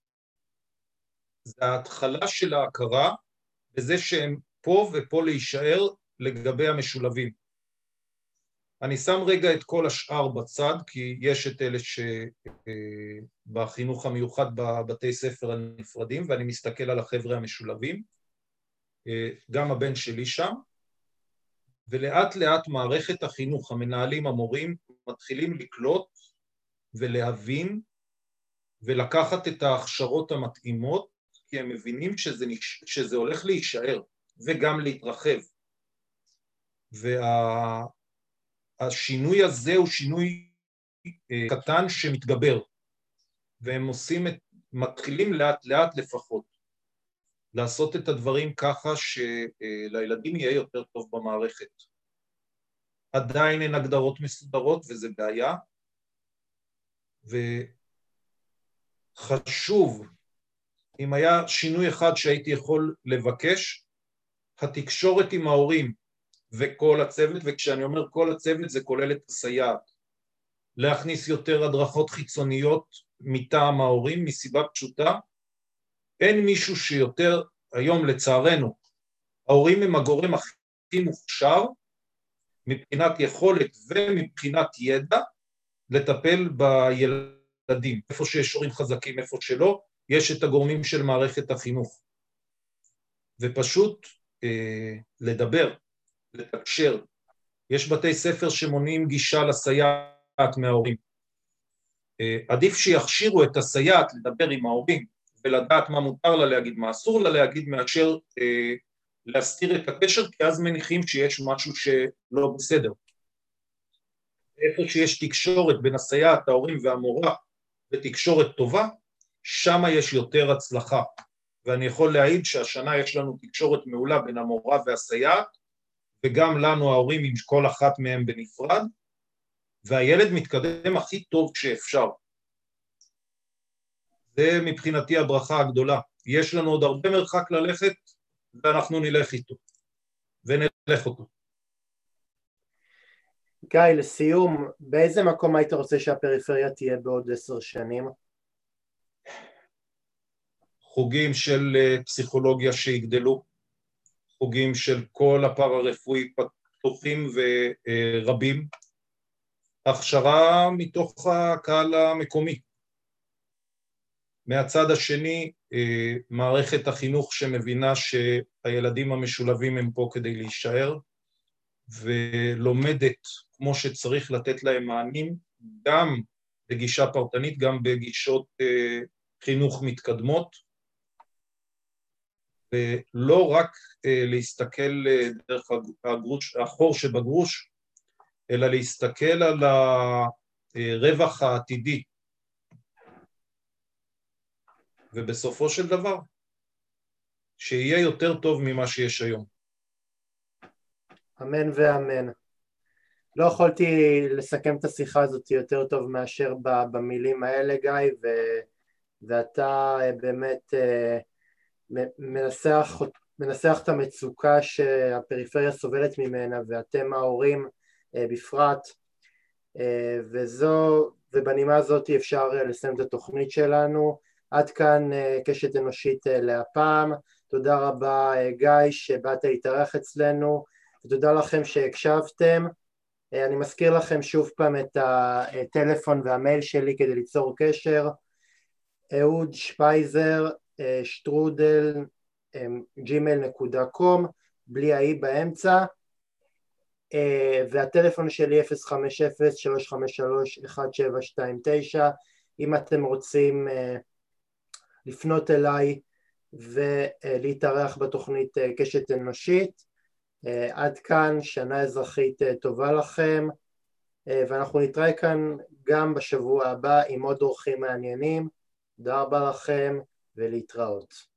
זה ההתחלה של ההכרה בזה שהם פה ופה להישאר לגבי המשולבים. אני שם רגע את כל השאר בצד, כי יש את אלה שבחינוך המיוחד בבתי ספר הנפרדים, ואני מסתכל על החבר'ה המשולבים, גם הבן שלי שם, ולאט לאט מערכת החינוך, המנהלים, המורים, מתחילים לקלוט ולהבין ולקחת את ההכשרות המתאימות, כי הם מבינים שזה, נש... שזה הולך להישאר וגם להתרחב. והשינוי וה... הזה הוא שינוי קטן שמתגבר, והם עושים את... מתחילים לאט לאט לפחות לעשות את הדברים ככה שלילדים יהיה יותר טוב במערכת. עדיין אין הגדרות מסודרות וזה בעיה, וחשוב, אם היה שינוי אחד שהייתי יכול לבקש, התקשורת עם ההורים וכל הצוות, וכשאני אומר כל הצוות זה כולל את הסייעת, להכניס יותר הדרכות חיצוניות מטעם ההורים, מסיבה פשוטה, אין מישהו שיותר, היום לצערנו, ההורים הם הגורם הכי מוכשר, מבחינת יכולת ומבחינת ידע, לטפל בילדים, איפה שיש הורים חזקים, איפה שלא, יש את הגורמים של מערכת החינוך. ופשוט אה, לדבר, לתקשר. יש בתי ספר שמונעים גישה לסייעת מההורים. אה, עדיף שיכשירו את הסייעת לדבר עם ההורים, ולדעת מה מותר לה להגיד, מה אסור לה להגיד, מאשר אה, להסתיר את הקשר, כי אז מניחים שיש משהו שלא בסדר. איפה שיש תקשורת בין הסייעת, ההורים והמורה, ותקשורת טובה, שם יש יותר הצלחה. ואני יכול להעיד שהשנה יש לנו תקשורת מעולה בין המורה והסייעת, וגם לנו ההורים עם כל אחת מהם בנפרד, והילד מתקדם הכי טוב שאפשר. זה מבחינתי הברכה הגדולה. יש לנו עוד הרבה מרחק ללכת, ואנחנו נלך איתו, ונלך אותו. גיא, לסיום, באיזה מקום היית רוצה שהפריפריה תהיה בעוד עשר שנים? חוגים של פסיכולוגיה שיגדלו, חוגים של כל הפארה-רפואי פתוחים ורבים, הכשרה מתוך הקהל המקומי. מהצד השני, מערכת החינוך שמבינה שהילדים המשולבים הם פה כדי להישאר, ולומדת כמו שצריך לתת להם מענים, גם בגישה פרטנית, גם בגישות חינוך מתקדמות, ולא רק להסתכל דרך הגרוש, החור שבגרוש, אלא להסתכל על הרווח העתידי. ובסופו של דבר, שיהיה יותר טוב ממה שיש היום. אמן ואמן. לא יכולתי לסכם את השיחה הזאת יותר טוב מאשר במילים האלה, גיא, ו... ואתה באמת מנסח, מנסח את המצוקה שהפריפריה סובלת ממנה, ואתם ההורים בפרט, וזו, ובנימה הזאת אפשר לסיים את התוכנית שלנו. עד כאן קשת אנושית להפעם. תודה רבה גיא שבאת להתארח אצלנו, ותודה לכם שהקשבתם. אני מזכיר לכם שוב פעם את הטלפון והמייל שלי כדי ליצור קשר, אהוד שפייזר שטרודל ג'ימייל נקודה קום, בלי האי באמצע, והטלפון שלי אפס חמש אפס שלוש חמש שלוש אחת שבע שתיים תשע. אם אתם רוצים לפנות אליי ולהתארח בתוכנית קשת אנושית. עד כאן, שנה אזרחית טובה לכם, ואנחנו נתראה כאן גם בשבוע הבא עם עוד אורחים מעניינים. תודה רבה לכם ולהתראות.